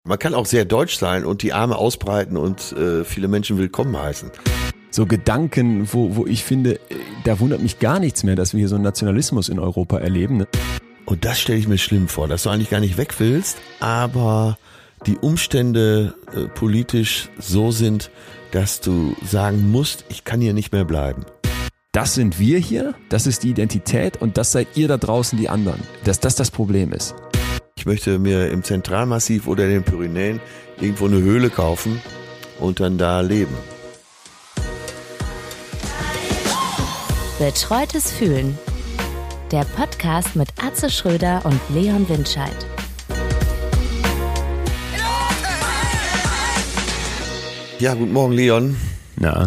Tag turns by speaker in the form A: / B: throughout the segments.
A: Man kann auch sehr deutsch sein und die Arme ausbreiten und viele Menschen willkommen heißen.
B: So Gedanken, wo ich finde, da wundert mich gar nichts mehr, dass wir hier so einen Nationalismus in Europa erleben. Ne?
A: Und das stelle ich mir schlimm vor, dass du eigentlich gar nicht weg willst, aber die Umstände politisch so sind, dass du sagen musst, ich kann hier nicht mehr bleiben.
B: Das sind wir hier, das ist die Identität und das seid ihr da draußen die anderen. Dass das Problem ist.
A: Ich möchte mir im Zentralmassiv oder den Pyrenäen irgendwo eine Höhle kaufen und dann da leben.
C: Betreutes Fühlen. Der Podcast mit Atze Schröder und Leon Windscheid.
A: Ja, guten Morgen, Leon.
B: Na?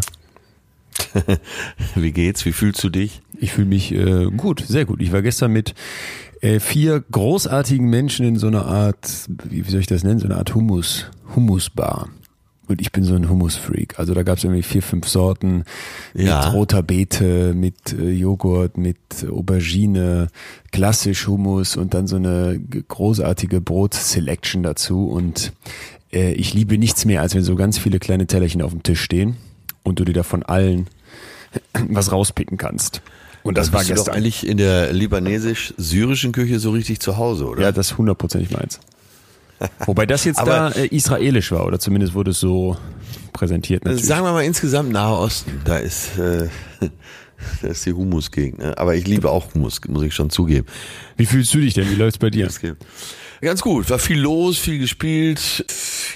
A: Wie geht's? Wie fühlst du dich?
B: Ich fühle mich gut, sehr gut. Ich war gestern mit 4 großartigen Menschen in so einer Art, wie soll ich das nennen, so eine Art Hummusbar. Und ich bin so ein Hummusfreak. Also da gab es irgendwie 4, 5 Sorten mit roter Beete, mit Joghurt, mit Aubergine, klassisch Hummus und dann so eine großartige Brot-Selection dazu. Und ich liebe nichts mehr, als wenn so ganz viele kleine Tellerchen auf dem Tisch stehen und du dir davon allen was rauspicken kannst. Und das war gestern.
A: Bist du doch eigentlich in der libanesisch-syrischen Küche so richtig zu Hause, oder?
B: Ja, das ist 100% meins. Wobei das jetzt da israelisch war, oder zumindest wurde es so präsentiert natürlich.
A: Sagen wir mal insgesamt Nahe Osten, da ist die Hummus-Gegend. Ne? Aber ich liebe auch Hummus, muss ich schon zugeben.
B: Wie fühlst du dich denn? Wie läuft's bei dir?
A: Ganz gut, war viel los, viel gespielt,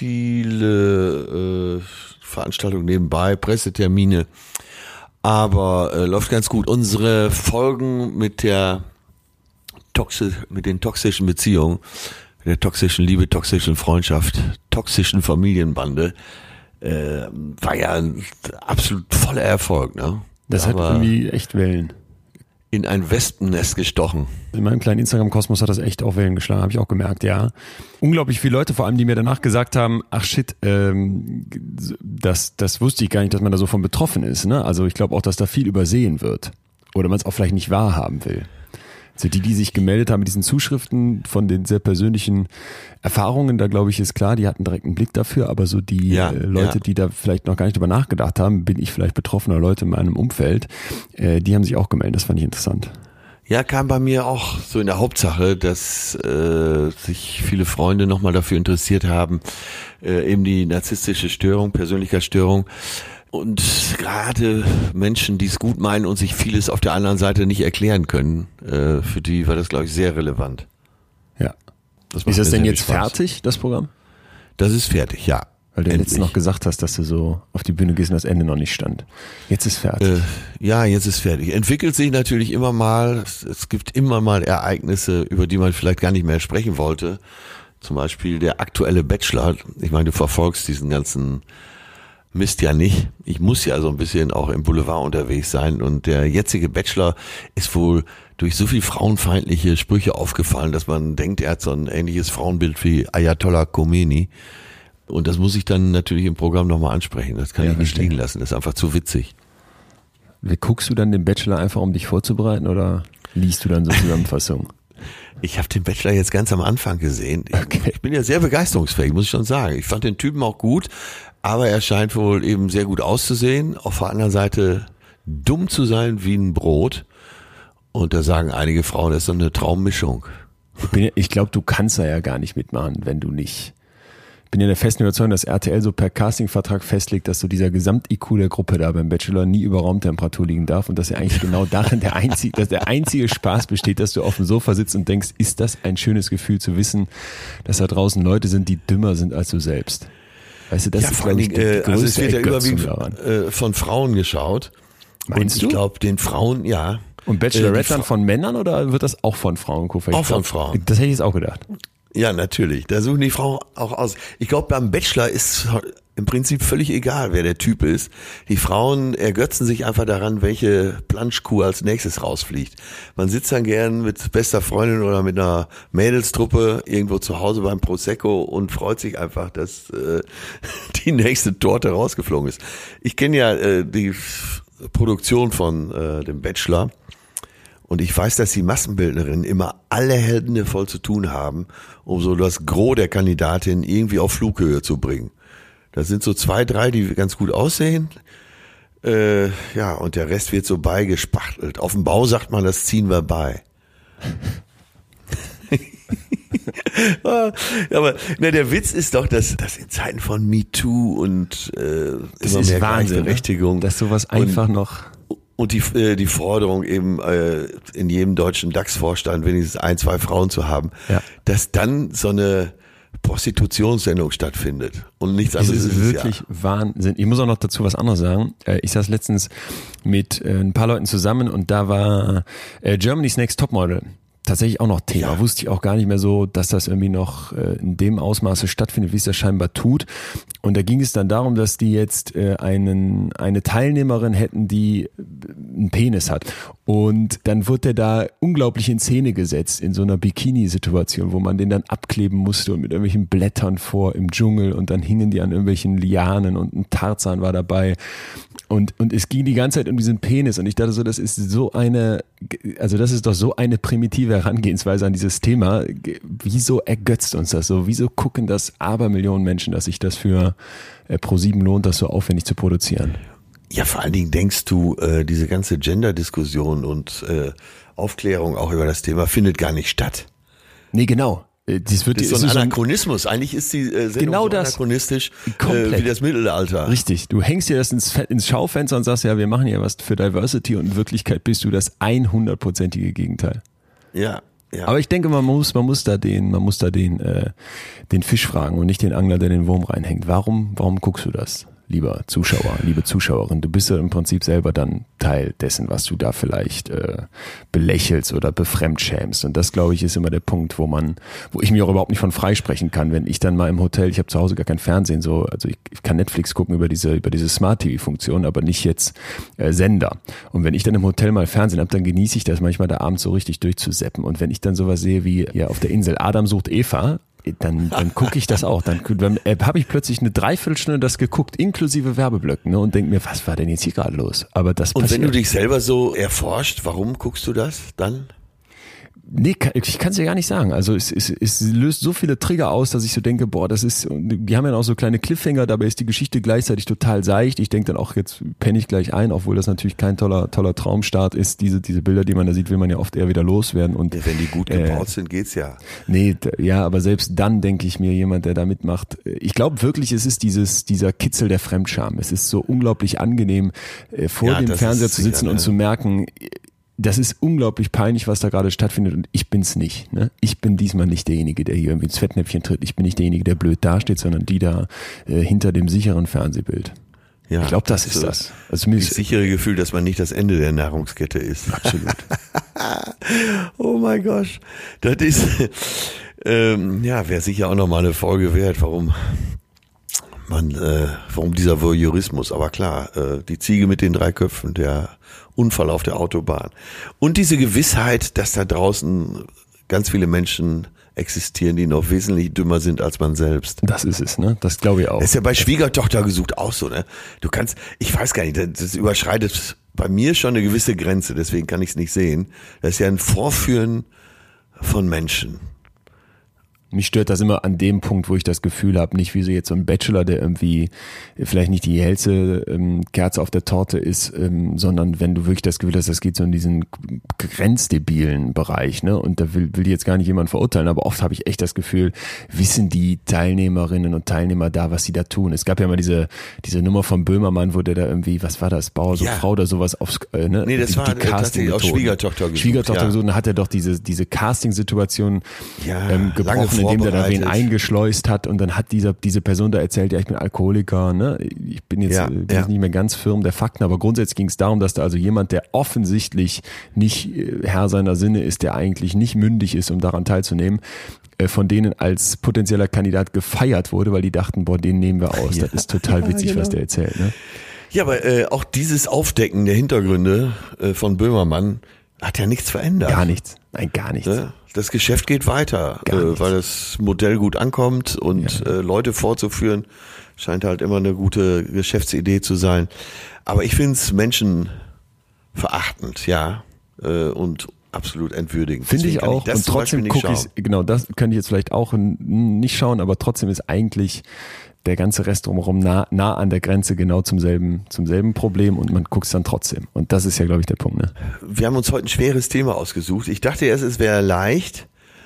A: viele Veranstaltungen nebenbei, Pressetermine. Aber läuft ganz gut. Unsere Folgen mit den toxischen Beziehungen, der toxischen Liebe, toxischen Freundschaft, toxischen Familienbande, war ja ein absolut voller Erfolg. Ne?
B: Das hat irgendwie echt Wellen.
A: In ein Wespennest gestochen.
B: In meinem kleinen Instagram-Kosmos hat das echt auch Wellen geschlagen, habe ich auch gemerkt, ja. Unglaublich viele Leute, vor allem, die mir danach gesagt haben, ach shit, das wusste ich gar nicht, dass man da so von betroffen ist. Ne? Also ich glaube auch, dass da viel übersehen wird. Oder man es auch vielleicht nicht wahrhaben will. Also die sich gemeldet haben mit diesen Zuschriften von den sehr persönlichen Erfahrungen, da glaube ich, ist klar, die hatten direkt einen Blick dafür, aber so die Leute, die da vielleicht noch gar nicht drüber nachgedacht haben, bin ich vielleicht betroffener Leute in meinem Umfeld, die haben sich auch gemeldet, das fand ich interessant.
A: Ja, kam bei mir auch so in der Hauptsache, dass sich viele Freunde nochmal dafür interessiert haben, eben die narzisstische Störung, Persönlichkeitsstörung. Und gerade Menschen, die es gut meinen und sich vieles auf der anderen Seite nicht erklären können, für die war das, glaube ich, sehr relevant.
B: Ja. Ist das denn jetzt fertig, das Programm?
A: Das ist fertig, ja.
B: Weil du letztens noch gesagt hast, dass du so auf die Bühne gehst und das Ende noch nicht stand. Jetzt ist fertig.
A: Ja, jetzt ist fertig. Entwickelt sich natürlich immer mal, es gibt immer mal Ereignisse, über die man vielleicht gar nicht mehr sprechen wollte. Zum Beispiel der aktuelle Bachelor. Ich meine, du verfolgst diesen ganzen Mist ja nicht. Ich muss ja so ein bisschen auch im Boulevard unterwegs sein und der jetzige Bachelor ist wohl durch so viel frauenfeindliche Sprüche aufgefallen, dass man denkt, er hat so ein ähnliches Frauenbild wie Ayatollah Khomeini und das muss ich dann natürlich im Programm nochmal ansprechen. Das kann ich nicht liegen lassen, das ist einfach zu witzig.
B: Wie guckst du dann den Bachelor einfach, um dich vorzubereiten oder liest du dann so Zusammenfassungen?
A: Ich habe den Bachelor jetzt ganz am Anfang gesehen. Ich bin ja sehr begeisterungsfähig, muss ich schon sagen. Ich fand den Typen auch gut, aber er scheint wohl eben sehr gut auszusehen. Auf der anderen Seite dumm zu sein wie ein Brot. Und da sagen einige Frauen, das ist so eine Traummischung.
B: Ich glaube, du kannst da ja gar nicht mitmachen, wenn du nicht. Ich bin ja der festen Überzeugung, dass RTL so per Castingvertrag festlegt, dass so dieser Gesamt-IQ der Gruppe da beim Bachelor nie über Raumtemperatur liegen darf und dass er eigentlich genau darin der einzige Spaß besteht, dass du auf dem Sofa sitzt und denkst, ist das ein schönes Gefühl zu wissen, dass da draußen Leute sind, die dümmer sind als du selbst. Weißt du, das ist, glaube ich, die größte
A: also es wird ja überwiegend
B: daran.
A: Von Frauen geschaut.
B: Meinst
A: du? Ich glaube, den Frauen, ja.
B: Und Bachelorette dann von Männern oder wird das auch von Frauen?
A: Auch von Frauen.
B: Das hätte ich jetzt auch gedacht.
A: Ja, natürlich. Da suchen die Frauen auch aus. Ich glaube, beim Bachelor ist im Prinzip völlig egal, wer der Typ ist. Die Frauen ergötzen sich einfach daran, welche Planschkuh als nächstes rausfliegt. Man sitzt dann gern mit bester Freundin oder mit einer Mädelstruppe irgendwo zu Hause beim Prosecco und freut sich einfach, dass die nächste Torte rausgeflogen ist. Ich kenne ja die Produktion von dem Bachelor Und ich weiß, dass die Massenbildnerinnen immer alle Hände voll zu tun haben, um so das Gros der Kandidatin irgendwie auf Flughöhe zu bringen. Da sind so 2, 3, die ganz gut aussehen. Ja, und der Rest wird so beigespachtelt. Auf dem Bau sagt man, das ziehen wir bei. Aber der Witz ist doch, dass in Zeiten von MeToo und
B: das
A: immer
B: ist
A: mehr
B: Wahnsinn,
A: Gleichberechtigung,
B: ne? Dass sowas einfach noch...
A: Und die Forderung eben in jedem deutschen DAX-Vorstand wenigstens 1, 2 Frauen zu haben, dass dann so eine Prostitutionssendung stattfindet und nichts anderes
B: ist wirklich Wahnsinn. Ich muss auch noch dazu was anderes sagen. Ich saß letztens mit ein paar Leuten zusammen und da war Germany's Next Topmodel tatsächlich auch noch Thema. Ja. Wusste ich auch gar nicht mehr so, dass das irgendwie noch in dem Ausmaße stattfindet, wie es das scheinbar tut. Und da ging es dann darum, dass die jetzt eine Teilnehmerin hätten, die einen Penis hat. Und dann wird der da unglaublich in Szene gesetzt in so einer Bikini-Situation, wo man den dann abkleben musste und mit irgendwelchen Blättern im Dschungel und dann hingen die an irgendwelchen Lianen und ein Tarzan war dabei. Und es ging die ganze Zeit um diesen Penis und ich dachte so, das ist doch so eine primitive Herangehensweise an dieses Thema. Wieso ergötzt uns das so? Wieso gucken das Abermillionen Menschen, dass sich das für Pro7 lohnt, das so aufwendig zu produzieren?
A: Ja, vor allen Dingen denkst du, diese ganze Gender-Diskussion und Aufklärung auch über das Thema findet gar nicht statt.
B: Nee, genau. Das
A: ist so ein Anachronismus. Eigentlich ist die Sendung
B: genau
A: so
B: das,
A: anachronistisch wie das Mittelalter.
B: Richtig. Du hängst dir das ins Schaufenster und sagst, ja, wir machen ja was für Diversity und in Wirklichkeit bist du das 100%ige Gegenteil.
A: Ja. Ja.
B: Aber ich denke, man muss da den Fisch fragen und nicht den Angler, der den Wurm reinhängt. Warum guckst du das? Lieber Zuschauer, liebe Zuschauerin, du bist ja im Prinzip selber dann Teil dessen, was du da vielleicht belächelst oder befremdschämst. Und das, glaube ich, ist immer der Punkt, wo ich mich auch überhaupt nicht von freisprechen kann, wenn ich dann mal im Hotel, ich habe zu Hause gar kein Fernsehen, also ich kann Netflix gucken über diese Smart-TV-Funktion, aber nicht jetzt Sender. Und wenn ich dann im Hotel mal Fernsehen habe, dann genieße ich das manchmal da abends so richtig durchzuseppen. Und wenn ich dann sowas sehe wie auf der Insel Adam sucht Eva, dann gucke ich das auch. Dann habe ich plötzlich eine Dreiviertelstunde das geguckt, inklusive Werbeblöcken, ne, und denke mir, was war denn jetzt hier gerade los? Aber das passiert.
A: Und wenn du dich selber so erforscht, warum guckst du das dann?
B: Nee, ich kann es ja gar nicht sagen. Also es löst so viele Trigger aus, dass ich so denke, die haben ja auch so kleine Cliffhanger, dabei ist die Geschichte gleichzeitig total seicht. Ich denke dann auch, jetzt penne ich gleich ein, obwohl das natürlich kein toller Traumstart ist. Diese Bilder, die man da sieht, will man ja oft eher wieder loswerden. Und
A: ja, wenn die gut gebaut sind, geht's ja.
B: Nee, ja, aber selbst dann denke ich mir, jemand, der da mitmacht, ich glaube wirklich, es ist dieser Kitzel der Fremdscham. Es ist so unglaublich angenehm, vor dem Fernseher zu sitzen und zu merken, das ist unglaublich peinlich, was da gerade stattfindet und ich bin's nicht. Ne? Ich bin diesmal nicht derjenige, der hier irgendwie ins Fettnäpfchen tritt. Ich bin nicht derjenige, der blöd dasteht, sondern die da hinter dem sicheren Fernsehbild. Ja, ich glaube, das ist das. Also
A: das sichere Gefühl, dass man nicht das Ende der Nahrungskette ist.
B: Absolut.
A: Oh mein Gott. Das ist, wäre sicher auch nochmal eine Folge wert, warum dieser Voyeurismus. Aber klar, die Ziege mit den 3 Köpfen, der Unfall auf der Autobahn. Und diese Gewissheit, dass da draußen ganz viele Menschen existieren, die noch wesentlich dümmer sind als man selbst.
B: Das ist es, ne? Das glaube ich auch.
A: Das ist ja bei Schwiegertochter gesucht auch so, ne? Ich weiß gar nicht, das überschreitet bei mir schon eine gewisse Grenze, deswegen kann ich es nicht sehen. Das ist ja ein Vorführen von Menschen.
B: Mich stört das immer an dem Punkt, wo ich das Gefühl habe, nicht wie so jetzt so ein Bachelor, der irgendwie vielleicht nicht die hellste Kerze auf der Torte ist, sondern wenn du wirklich das Gefühl hast, das geht so in diesen grenzdebilen Bereich, ne? Und da will jetzt gar nicht jemand verurteilen, aber oft habe ich echt das Gefühl, wissen die Teilnehmerinnen und Teilnehmer da, was sie da tun? Es gab ja mal diese Nummer von Böhmermann, wo der da irgendwie, was war das, Bauer, so Frau oder sowas aufs, ne?
A: Nee, das war tatsächlich auch Schwiegertochter gesucht.
B: Gesucht, dann hat er doch diese Casting-Situation gebrochen, indem der da wen eingeschleust hat und dann hat diese Person da erzählt, ja, ich bin Alkoholiker, ne? Ich bin jetzt nicht mehr ganz firm der Fakten, aber grundsätzlich ging es darum, dass da also jemand, der offensichtlich nicht Herr seiner Sinne ist, der eigentlich nicht mündig ist, um daran teilzunehmen, von denen als potenzieller Kandidat gefeiert wurde, weil die dachten, den nehmen wir aus. Das ist total witzig, genau, was der erzählt, ne?
A: Ja, aber auch dieses Aufdecken der Hintergründe von Böhmermann hat ja nichts verändert.
B: Gar nichts. Nein, gar nichts.
A: Das Geschäft geht weiter, weil das Modell gut ankommt und Leute vorzuführen, scheint halt immer eine gute Geschäftsidee zu sein. Aber ich finde es menschenverachtend, und absolut entwürdigend.
B: Finde ich
A: Deswegen kann
B: auch.
A: das
B: Und
A: zum Beispiel
B: trotzdem
A: nicht
B: gucke
A: schauen.
B: ich, genau, das könnte ich jetzt vielleicht auch nicht schauen, aber trotzdem ist eigentlich der ganze Rest drumherum nah an der Grenze genau zum selben Problem und man guckt es dann trotzdem. Und das ist ja, glaube ich, der Punkt. Ne?
A: Wir haben uns heute ein schweres Thema ausgesucht. Ich dachte erst, es wäre leicht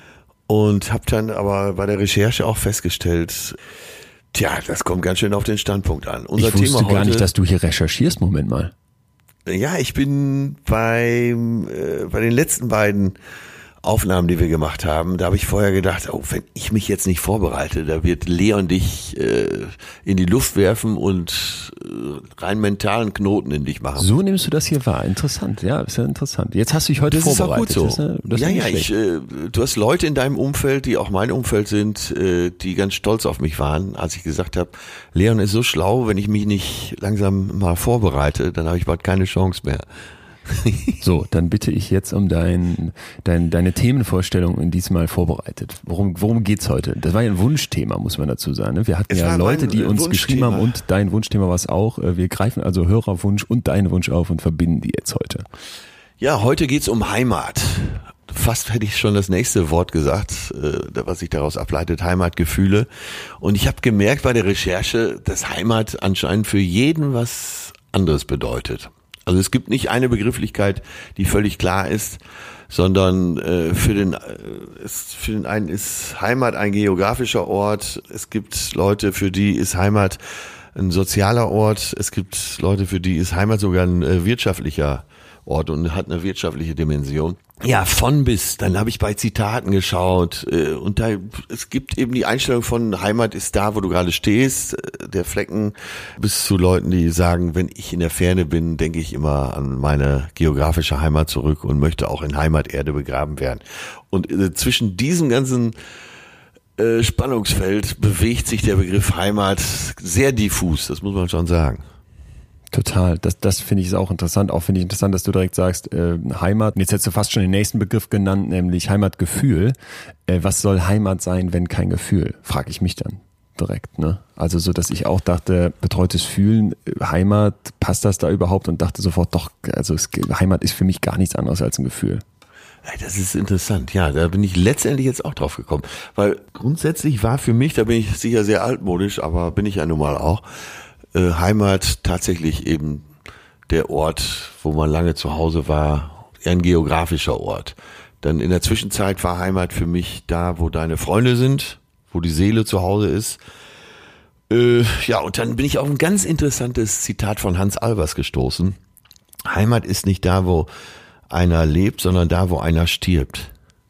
A: und habe dann aber bei der Recherche auch festgestellt, tja, das kommt ganz schön auf den Standpunkt an. Unser
B: Ich wusste
A: Thema
B: gar
A: heute,
B: nicht, dass du hier recherchierst. Moment mal.
A: ja, ich bin bei den letzten beiden Aufnahmen, die wir gemacht haben, da habe ich vorher gedacht, oh, wenn ich mich jetzt nicht vorbereite, da wird Leon dich in die Luft werfen und rein mentalen Knoten in dich machen.
B: So nimmst du das hier wahr. Interessant. Ja, ist ja interessant. Jetzt hast du dich heute
A: Das ist auch gut
B: vorbereitet.
A: so.
B: Das ist
A: Ja,
B: nicht schlecht.
A: du hast Leute in deinem Umfeld, die auch mein Umfeld sind, die ganz stolz auf mich waren, als ich gesagt habe, Leon ist so schlau, wenn ich mich nicht langsam mal vorbereite, dann habe ich bald keine Chance mehr.
B: So, dann bitte ich jetzt um deine Themenvorstellung diesmal vorbereitet. Worum geht's heute? Das war ja ein Wunschthema, muss man dazu sagen. Ne? Wir hatten
A: Es
B: ja
A: war
B: Leute,
A: mein
B: die uns
A: Wunschthema.
B: geschrieben haben und dein Wunschthema war es auch. Wir greifen also Hörerwunsch und deinen Wunsch auf und verbinden die jetzt heute.
A: Ja, heute geht's um Heimat. Fast hätte ich schon das nächste Wort gesagt, was sich daraus ableitet, Heimatgefühle. Und ich habe gemerkt bei der Recherche, dass Heimat anscheinend für jeden was anderes bedeutet. Also es gibt nicht eine Begrifflichkeit, die völlig klar ist, sondern für den einen ist Heimat ein geografischer Ort. Es gibt Leute, für die ist Heimat ein sozialer Ort. Es gibt Leute, für die ist Heimat sogar ein wirtschaftlicher Ort und hat eine wirtschaftliche Dimension. Ja, von bis. Dann habe ich bei Zitaten geschaut und es gibt eben die Einstellung von Heimat ist da, wo du gerade stehst, der Flecken, bis zu Leuten, die sagen, wenn ich in der Ferne bin, denke ich immer an meine geografische Heimat zurück und möchte auch in Heimaterde begraben werden. Und zwischen diesem ganzen Spannungsfeld bewegt sich der Begriff Heimat sehr diffus, das muss man schon sagen.
B: Total. Das finde ich ist auch interessant. Auch finde ich interessant, dass du direkt sagst, Heimat. Und jetzt hättest du fast schon den nächsten Begriff genannt, nämlich Heimatgefühl. Was soll Heimat sein, wenn kein Gefühl? Frage ich mich dann direkt. Ne? Also so, dass ich auch dachte, betreutes Fühlen, Heimat, passt das da überhaupt? Und dachte sofort, doch, also Heimat ist für mich gar nichts anderes als ein Gefühl.
A: Das ist interessant, ja, da bin ich letztendlich jetzt auch drauf gekommen. Weil grundsätzlich war für mich, da bin ich sicher sehr altmodisch, aber bin ich ja nun mal auch, Heimat tatsächlich eben der Ort, wo man lange zu Hause war, ein geografischer Ort. Dann in der Zwischenzeit war Heimat für mich da, wo deine Freunde sind, wo die Seele zu Hause ist. Ja, und dann bin ich auf ein ganz interessantes Zitat von Hans Albers gestoßen. Heimat ist nicht da, wo einer lebt, sondern da, wo einer stirbt.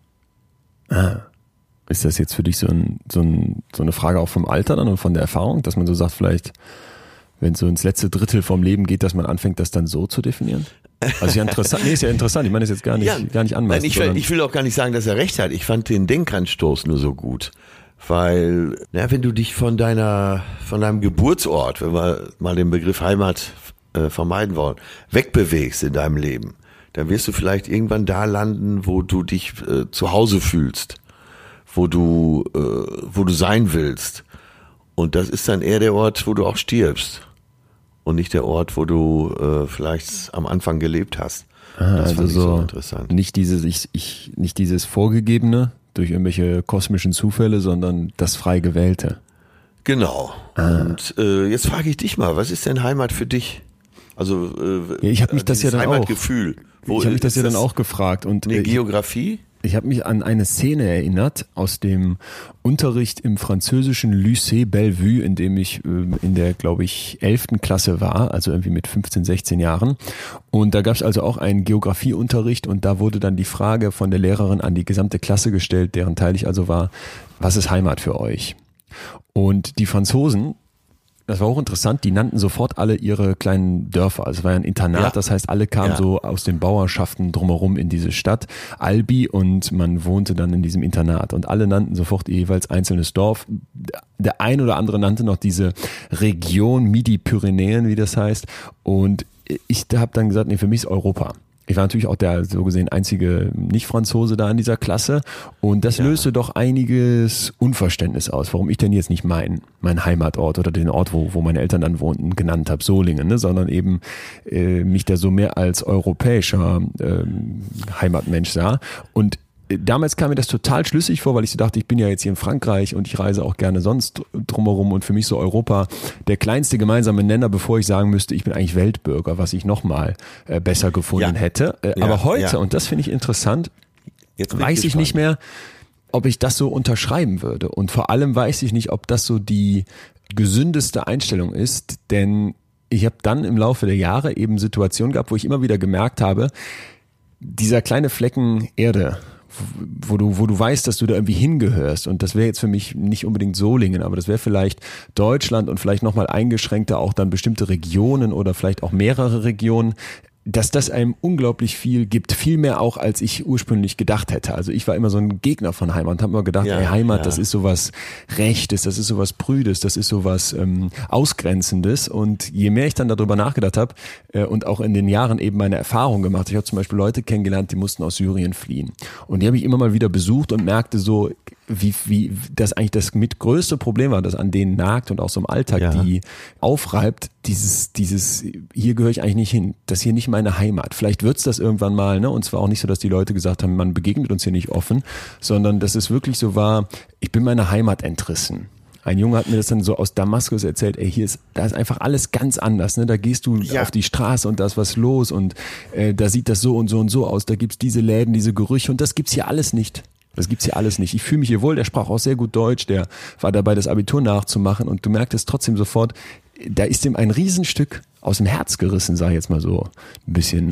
B: Ist das jetzt für dich so eine Frage auch vom Alter dann und von der Erfahrung, dass man so sagt, vielleicht wenn es so ins letzte Drittel vom Leben geht, dass man anfängt, das dann so zu definieren? Also ja interessant. Nee, ist ja interessant. Ich meine das jetzt gar nicht anmaßen.
A: Nein, ich will auch gar nicht sagen, dass er recht hat. Ich fand den Denkanstoß nur so gut. Weil, wenn du dich von deinem Geburtsort, wenn wir mal den Begriff Heimat vermeiden wollen, wegbewegst in deinem Leben, dann wirst du vielleicht irgendwann da landen, wo du dich zu Hause fühlst, wo du sein willst. Und das ist dann eher der Ort, wo du auch stirbst. Und nicht der Ort, wo du vielleicht am Anfang gelebt hast. Das
B: also
A: fand ich so interessant.
B: Nicht dieses Vorgegebene durch irgendwelche kosmischen Zufälle, sondern das frei Gewählte.
A: Genau. Und jetzt frage ich dich mal, was ist denn Heimat für dich? Also
B: ich habe mich das ja dann
A: Heimatgefühl.
B: Ich habe mich das ja dann auch gefragt. Und
A: eine Geografie?
B: Ich habe mich an eine Szene erinnert aus dem Unterricht im französischen Lycée Bellevue, in dem ich in der, glaube ich, 11. Klasse war, also irgendwie mit 15, 16 Jahren. Und da gab es also auch einen Geografieunterricht und da wurde dann die Frage von der Lehrerin an die gesamte Klasse gestellt, deren Teil ich also war, was ist Heimat für euch? Und die Franzosen, das war auch interessant, die nannten sofort alle ihre kleinen Dörfer. Also es war ja ein Internat, das heißt, alle kamen so aus den Bauerschaften drumherum in diese Stadt, Albi, und man wohnte dann in diesem Internat. Und alle nannten sofort ihr jeweils einzelnes Dorf. Der ein oder andere nannte noch diese Region Midi-Pyrenäen, wie das heißt. Und ich habe dann gesagt, nee, für mich ist Europa. Ich war natürlich auch der so gesehen einzige Nicht-Franzose da in dieser Klasse und das löste doch einiges Unverständnis aus, warum ich denn jetzt nicht meinen Heimatort oder den Ort, wo meine Eltern dann wohnten, genannt habe, Solingen, ne, sondern eben mich da so mehr als europäischer Heimatmensch sah. Und damals kam mir das total schlüssig vor, weil ich so dachte, ich bin ja jetzt hier in Frankreich und ich reise auch gerne sonst drumherum und für mich so Europa der kleinste gemeinsame Nenner, bevor ich sagen müsste, ich bin eigentlich Weltbürger, was ich nochmal besser gefunden hätte. Aber heute, und das finde ich interessant, weiß ich nicht mehr, ob ich das so unterschreiben würde. Und vor allem weiß ich nicht, ob das so die gesündeste Einstellung ist, denn ich habe dann im Laufe der Jahre eben Situationen gehabt, wo ich immer wieder gemerkt habe, dieser kleine Flecken Erde, wo du weißt, dass du da irgendwie hingehörst, und das wäre jetzt für mich nicht unbedingt Solingen, aber das wäre vielleicht Deutschland und vielleicht nochmal eingeschränkter auch dann bestimmte Regionen oder vielleicht auch mehrere Regionen, dass das einem unglaublich viel gibt, viel mehr auch, als ich ursprünglich gedacht hätte. Also ich war immer so ein Gegner von Heimat und habe immer gedacht, Heimat, das ist sowas Rechtes, das ist sowas Prüdes, das ist sowas Ausgrenzendes, und je mehr ich dann darüber nachgedacht habe und auch in den Jahren eben meine Erfahrung gemacht, ich habe zum Beispiel Leute kennengelernt, die mussten aus Syrien fliehen, und die habe ich immer mal wieder besucht und merkte so, wie das eigentlich das mit größte Problem war, das an denen nagt und auch so im Alltag die aufreibt, dieses, hier gehöre ich eigentlich nicht hin, das hier nicht meine Heimat. Vielleicht wird's das irgendwann mal, ne? Und zwar auch nicht so, dass die Leute gesagt haben, man begegnet uns hier nicht offen, sondern dass es wirklich so war, ich bin meiner Heimat entrissen. Ein Junge hat mir das dann so aus Damaskus erzählt, da ist einfach alles ganz anders, ne? Da gehst du auf die Straße und da ist was los und da sieht das so und so und so aus, da gibt's diese Läden, diese Gerüche, und das gibt's hier alles nicht. Das gibt's hier alles nicht. Ich fühle mich hier wohl, der sprach auch sehr gut Deutsch, der war dabei, das Abitur nachzumachen, und du merktest trotzdem sofort, da ist ihm ein Riesenstück aus dem Herz gerissen, sag ich jetzt mal so ein bisschen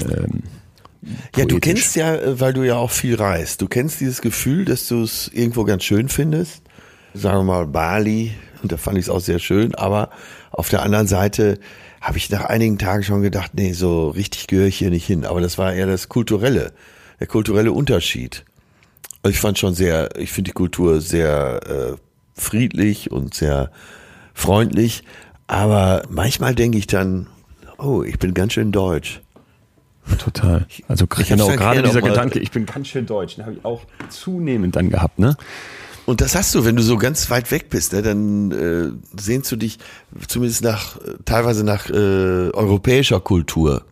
A: Ja, du kennst ja, weil du ja auch viel reist, du kennst dieses Gefühl, dass du es irgendwo ganz schön findest, sagen wir mal Bali, und da fand ich es auch sehr schön, aber auf der anderen Seite habe ich nach einigen Tagen schon gedacht, nee, so richtig gehöre ich hier nicht hin, aber das war eher der kulturelle Unterschied. Ich finde die Kultur sehr friedlich und sehr freundlich, aber manchmal denke ich dann, oh, ich bin ganz schön deutsch.
B: Total. Also genau, gerade dieser Gedanke, ich bin ganz schön deutsch, den habe ich auch zunehmend dann gehabt, ne?
A: Und das hast du, wenn du so ganz weit weg bist, ne, dann sehnst du dich zumindest teilweise nach europäischer Kultur.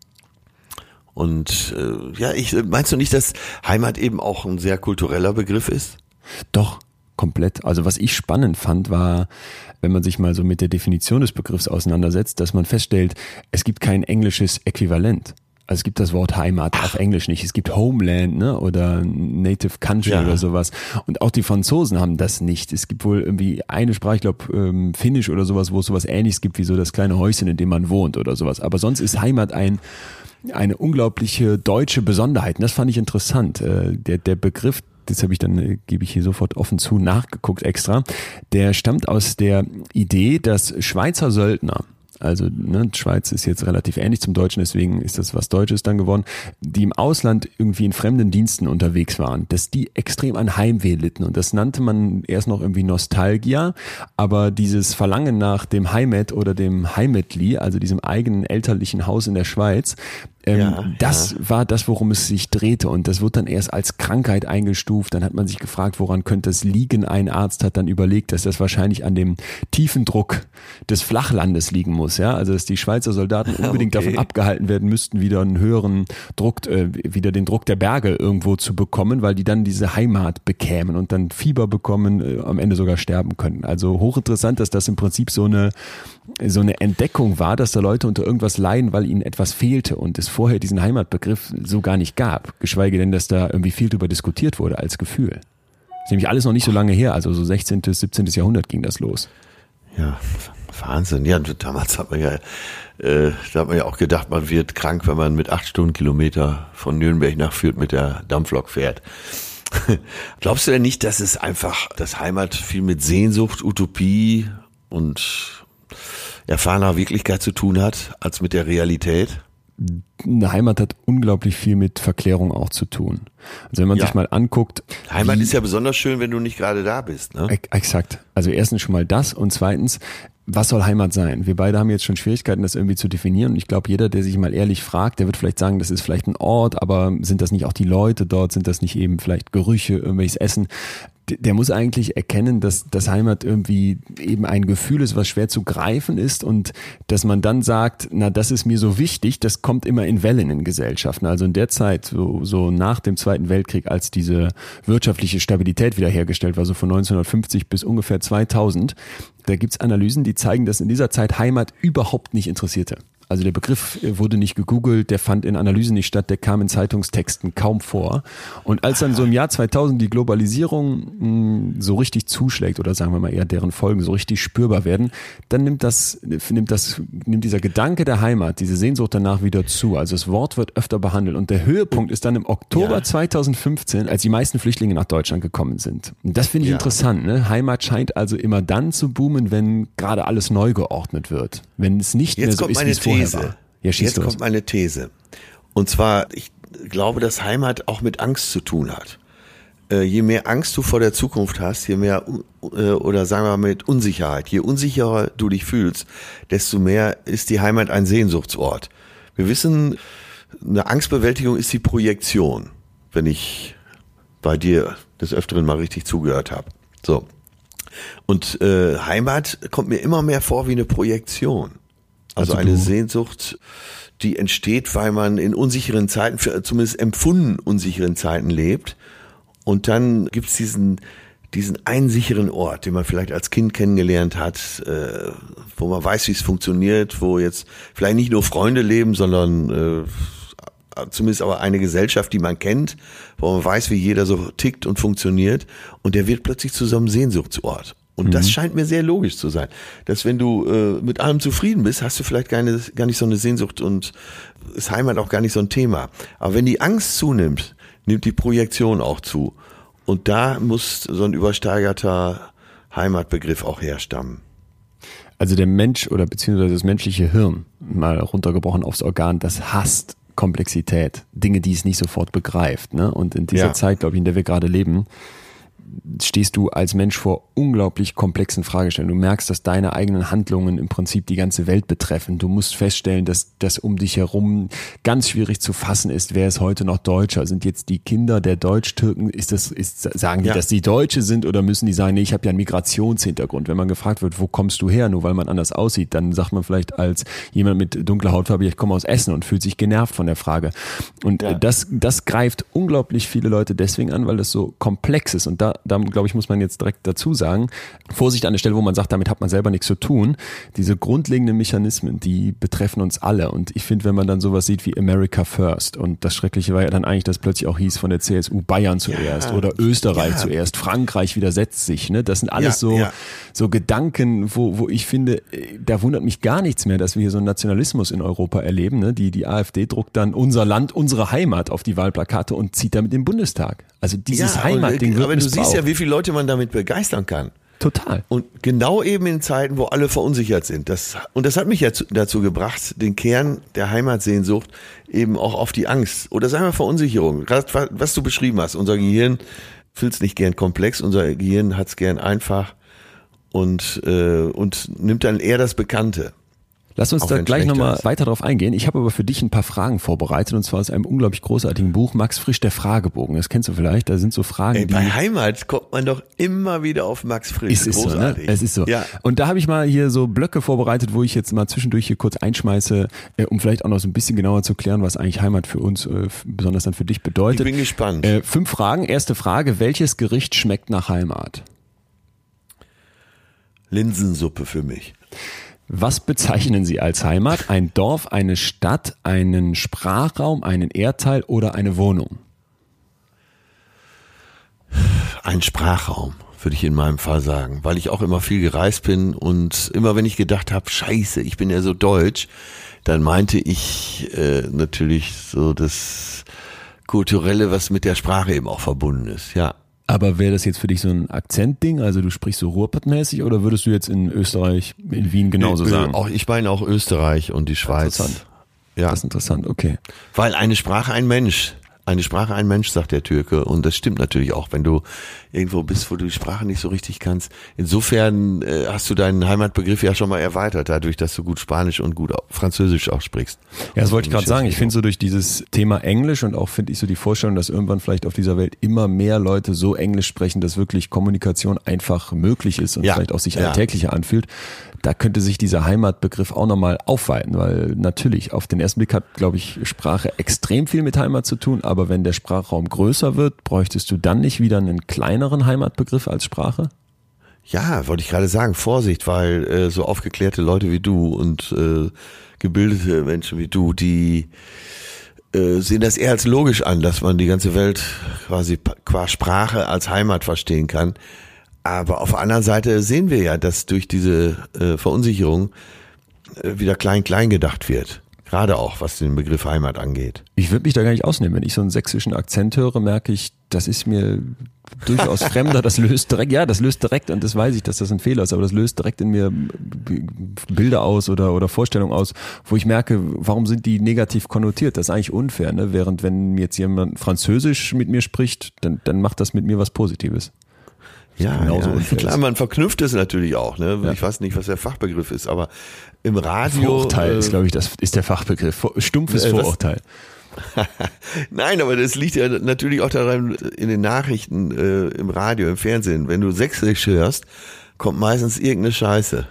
A: Und meinst du nicht, dass Heimat eben auch ein sehr kultureller Begriff ist?
B: Doch, komplett. Also was ich spannend fand, war, wenn man sich mal so mit der Definition des Begriffs auseinandersetzt, dass man feststellt, es gibt kein englisches Äquivalent. Also es gibt das Wort Heimat auf Englisch nicht. Es gibt Homeland, ne, oder Native Country oder sowas. Und auch die Franzosen haben das nicht. Es gibt wohl irgendwie eine Sprache, ich glaube Finnisch oder sowas, wo es sowas Ähnliches gibt wie so das kleine Häuschen, in dem man wohnt oder sowas. Aber sonst ist Heimat eine unglaubliche deutsche Besonderheit. Und das fand ich interessant. Der Begriff, das habe ich dann, gebe ich hier sofort offen zu, nachgeguckt extra, der stammt aus der Idee, dass Schweizer Söldner, also ne, Schweiz ist jetzt relativ ähnlich zum Deutschen, deswegen ist das was Deutsches dann geworden, die im Ausland irgendwie in fremden Diensten unterwegs waren, dass die extrem an Heimweh litten, und das nannte man erst noch irgendwie Nostalgia, aber dieses Verlangen nach dem Heimat oder dem Heimatli, also diesem eigenen elterlichen Haus in der Schweiz, das war das, worum es sich drehte, und das wird dann erst als Krankheit eingestuft. Dann hat man sich gefragt, woran könnte es liegen. Ein Arzt hat dann überlegt, dass das wahrscheinlich an dem tiefen Druck des Flachlandes liegen muss, ja, also dass die Schweizer Soldaten unbedingt davon abgehalten werden müssten, wieder einen höheren Druck, wieder den Druck der Berge irgendwo zu bekommen, weil die dann diese Heimat bekämen und dann Fieber bekommen, am Ende sogar sterben könnten. Also hochinteressant, dass das im Prinzip so eine Entdeckung war, dass da Leute unter irgendwas leiden, weil ihnen etwas fehlte und es vorher diesen Heimatbegriff so gar nicht gab, geschweige denn, dass da irgendwie viel drüber diskutiert wurde als Gefühl. Das ist nämlich alles noch nicht so lange her, also so 16. bis 17. Jahrhundert ging das los.
A: Ja, Wahnsinn. Ja, damals hat man ja auch gedacht, man wird krank, wenn man mit 8 Stundenkilometer von Nürnberg nach Fürth mit der Dampflok fährt. Glaubst du denn nicht, dass es einfach, das Heimat viel mit Sehnsucht, Utopie und erfahrener Wirklichkeit zu tun hat, als mit der Realität?
B: Eine Heimat hat unglaublich viel mit Verklärung auch zu tun. Also wenn man sich mal anguckt.
A: Heimat ist ja besonders schön, wenn du nicht gerade da bist, ne?
B: Exakt. Also erstens schon mal das, und zweitens, was soll Heimat sein? Wir beide haben jetzt schon Schwierigkeiten, das irgendwie zu definieren. Und ich glaube, jeder, der sich mal ehrlich fragt, der wird vielleicht sagen, das ist vielleicht ein Ort, aber sind das nicht auch die Leute dort? Sind das nicht eben vielleicht Gerüche, irgendwelches Essen? Der muss eigentlich erkennen, dass Heimat irgendwie eben ein Gefühl ist, was schwer zu greifen ist und dass man dann sagt, na, das ist mir so wichtig, das kommt immer in Wellen in Gesellschaften. Also in der Zeit, so nach dem Zweiten Weltkrieg, als diese wirtschaftliche Stabilität wiederhergestellt war, so von 1950 bis ungefähr 2000, da gibt's Analysen, die zeigen, dass in dieser Zeit Heimat überhaupt nicht interessierte. Also der Begriff wurde nicht gegoogelt, der fand in Analysen nicht statt, der kam in Zeitungstexten kaum vor. Und als dann so im Jahr 2000 die Globalisierung so richtig zuschlägt oder sagen wir mal eher deren Folgen so richtig spürbar werden, dann nimmt dieser Gedanke der Heimat, diese Sehnsucht danach wieder zu. Also das Wort wird öfter behandelt und der Höhepunkt ist dann im Oktober 2015, als die meisten Flüchtlinge nach Deutschland gekommen sind. Und das finde ich interessant. Ne? Heimat scheint also immer dann zu boomen, wenn gerade alles neu geordnet wird. Wenn es nicht mehr so ist, wie es vorher war. Ja,
A: jetzt kommt meine These. Und zwar, ich glaube, dass Heimat auch mit Angst zu tun hat. Je mehr Angst du vor der Zukunft hast, je mehr, oder sagen wir mal mit Unsicherheit, je unsicherer du dich fühlst, desto mehr ist die Heimat ein Sehnsuchtsort. Wir wissen, eine Angstbewältigung ist die Projektion, wenn ich bei dir des Öfteren mal richtig zugehört habe. So. Und Heimat kommt mir immer mehr vor wie eine Projektion. Also eine Sehnsucht, die entsteht, weil man in unsicheren Zeiten, zumindest empfunden unsicheren Zeiten lebt. Und dann gibt's diesen einen sicheren Ort, den man vielleicht als Kind kennengelernt hat, wo man weiß, wie es funktioniert, wo jetzt vielleicht nicht nur Freunde leben, sondern zumindest aber eine Gesellschaft, die man kennt, wo man weiß, wie jeder so tickt und funktioniert. Und der wird plötzlich zu so einem Sehnsuchtsort. Und das scheint mir sehr logisch zu sein, dass wenn du mit allem zufrieden bist, hast du vielleicht gar nicht so eine Sehnsucht und ist Heimat auch gar nicht so ein Thema. Aber wenn die Angst zunimmt, nimmt die Projektion auch zu. Und da muss so ein übersteigerter Heimatbegriff auch herstammen.
B: Also der Mensch oder beziehungsweise das menschliche Hirn, mal runtergebrochen aufs Organ, das hasst Komplexität, Dinge, die es nicht sofort begreift. Ne? Und in dieser Zeit, glaube ich, in der wir gerade leben, stehst du als Mensch vor unglaublich komplexen Fragestellungen. Du merkst, dass deine eigenen Handlungen im Prinzip die ganze Welt betreffen. Du musst feststellen, dass das um dich herum ganz schwierig zu fassen ist. Wer ist heute noch Deutscher? Sind jetzt die Kinder der Deutsch-Türken, sagen die, dass die Deutsche sind oder müssen die sagen, nee, ich habe ja einen Migrationshintergrund. Wenn man gefragt wird, wo kommst du her, nur weil man anders aussieht, dann sagt man vielleicht als jemand mit dunkler Hautfarbe, ich komme aus Essen und fühlt sich genervt von der Frage. Und das greift unglaublich viele Leute deswegen an, weil das so komplex ist. Und da glaube ich, muss man jetzt direkt dazu sagen, Vorsicht an der Stelle, wo man sagt, damit hat man selber nichts zu tun. Diese grundlegenden Mechanismen, die betreffen uns alle. Und ich finde, wenn man dann sowas sieht wie America First, und das Schreckliche war ja dann eigentlich, dass plötzlich auch hieß von der CSU Bayern zuerst oder Österreich zuerst, Frankreich widersetzt sich. Ne? Das sind alles so Gedanken, wo ich finde, da wundert mich gar nichts mehr, dass wir hier so einen Nationalismus in Europa erleben. Ne? Die AfD druckt dann unser Land, unsere Heimat auf die Wahlplakate und zieht damit den Bundestag. Also dieses Heimatding wird
A: aber du siehst ja, wie viele Leute man damit begeistern kann.
B: Total.
A: Und genau eben in Zeiten, wo alle verunsichert sind. Das hat mich ja dazu gebracht, den Kern der Heimatsehnsucht eben auch auf die Angst oder sagen wir Verunsicherung, was du beschrieben hast. Unser Gehirn will es nicht gern komplex, unser Gehirn hat es gern einfach und nimmt dann eher das Bekannte.
B: Lass uns da gleich nochmal weiter drauf eingehen. Ich habe aber für dich ein paar Fragen vorbereitet, und zwar aus einem unglaublich großartigen Buch, Max Frisch, der Fragebogen. Das kennst du vielleicht, da sind so Fragen,
A: bei Heimat kommt man doch immer wieder auf Max Frisch.
B: Es ist großartig. So, ne? Es ist so. Ja. Und da habe ich mal hier so Blöcke vorbereitet, wo ich jetzt mal zwischendurch hier kurz einschmeiße, um vielleicht auch noch so ein bisschen genauer zu klären, was eigentlich Heimat für uns, besonders dann für dich bedeutet.
A: Ich bin gespannt.
B: 5 Fragen. Erste Frage, welches Gericht schmeckt nach Heimat?
A: Linsensuppe für mich.
B: Was bezeichnen Sie als Heimat? Ein Dorf, eine Stadt, einen Sprachraum, einen Erdteil oder eine Wohnung?
A: Ein Sprachraum, würde ich in meinem Fall sagen, weil ich auch immer viel gereist bin und immer wenn ich gedacht habe, scheiße, ich bin ja so deutsch, dann meinte ich natürlich so das Kulturelle, was mit der Sprache eben auch verbunden ist, ja.
B: Aber wäre das jetzt für dich so ein Akzentding? Also du sprichst so Ruhrpottmäßig oder würdest du jetzt in Österreich, in Wien genauso sagen?
A: Ich meine auch Österreich und die Schweiz.
B: Interessant.
A: Ja.
B: Das ist interessant, okay.
A: Weil eine Sprache ein Mensch. eine Sprache, ein Mensch, sagt der Türke. Und das stimmt natürlich auch, wenn du irgendwo bist, wo du die Sprache nicht so richtig kannst. Insofern hast du deinen Heimatbegriff ja schon mal erweitert, dadurch, dass du gut Spanisch und gut Französisch auch sprichst.
B: Ja, das wollte ich gerade sagen. Ich finde so durch dieses Thema Englisch und auch finde ich so die Vorstellung, dass irgendwann vielleicht auf dieser Welt immer mehr Leute so Englisch sprechen, dass wirklich Kommunikation einfach möglich ist und vielleicht auch sich alltäglicher anfühlt. Da könnte sich dieser Heimatbegriff auch nochmal aufweiten, weil natürlich auf den ersten Blick hat, glaube ich, Sprache extrem viel mit Heimat zu tun, aber wenn der Sprachraum größer wird, bräuchtest du dann nicht wieder einen kleineren Heimatbegriff als Sprache?
A: Ja, wollte ich gerade sagen, Vorsicht, weil so aufgeklärte Leute wie du und gebildete Menschen wie du, die sehen das eher als logisch an, dass man die ganze Welt quasi qua Sprache als Heimat verstehen kann. Aber auf der anderen Seite sehen wir ja, dass durch diese Verunsicherung wieder klein gedacht wird. Gerade auch, was den Begriff Heimat angeht.
B: Ich würde mich da gar nicht ausnehmen. Wenn ich so einen sächsischen Akzent höre, merke ich, das ist mir durchaus fremder. Das löst direkt, und das weiß ich, dass das ein Fehler ist, aber das löst direkt in mir Bilder aus oder Vorstellungen aus, wo ich merke, warum sind die negativ konnotiert? Das ist eigentlich unfair, ne? Während wenn jetzt jemand Französisch mit mir spricht, dann macht das mit mir was Positives.
A: Ja, klar, man verknüpft es natürlich auch. Ne? Ja. Ich weiß nicht, was der Fachbegriff ist, aber im Radio...
B: Vorurteil ist, glaube ich, das ist der Fachbegriff. Stumpfes Vorurteil.
A: Nein, aber das liegt ja natürlich auch daran in den Nachrichten, im Radio, im Fernsehen. Wenn du Sächsisch hörst, kommt meistens irgendeine Scheiße.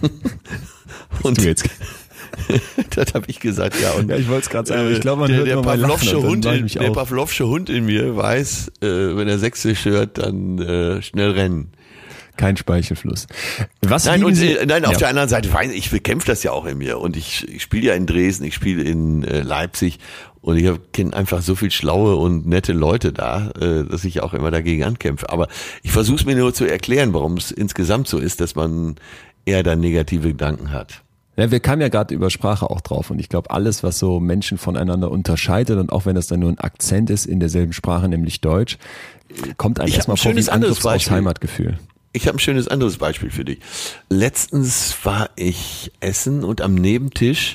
A: Und
B: du jetzt...
A: Das habe ich gesagt, ja. Und
B: ich wollte es gerade sagen, ich glaube, man hört immer mal lachen.
A: Der Pavlovsche Hund in mir weiß, wenn er Sächsisch hört, dann schnell rennen.
B: Kein Speichelfluss.
A: Auf der anderen Seite, ich bekämpfe das ja auch in mir. Und ich spiele ja in Dresden, ich spiele in Leipzig und ich kenne einfach so viel schlaue und nette Leute da, dass ich auch immer dagegen ankämpfe. Aber ich versuche es mir nur zu erklären, warum es insgesamt so ist, dass man eher dann negative Gedanken hat.
B: Ja, wir kamen ja gerade über Sprache auch drauf und ich glaube, alles, was so Menschen voneinander unterscheidet und auch wenn das dann nur ein Akzent ist in derselben Sprache, nämlich Deutsch, kommt einem erstmal vor wie ein Angriff aufs Heimatgefühl.
A: Ich habe ein schönes anderes Beispiel für dich. Letztens war ich essen und am Nebentisch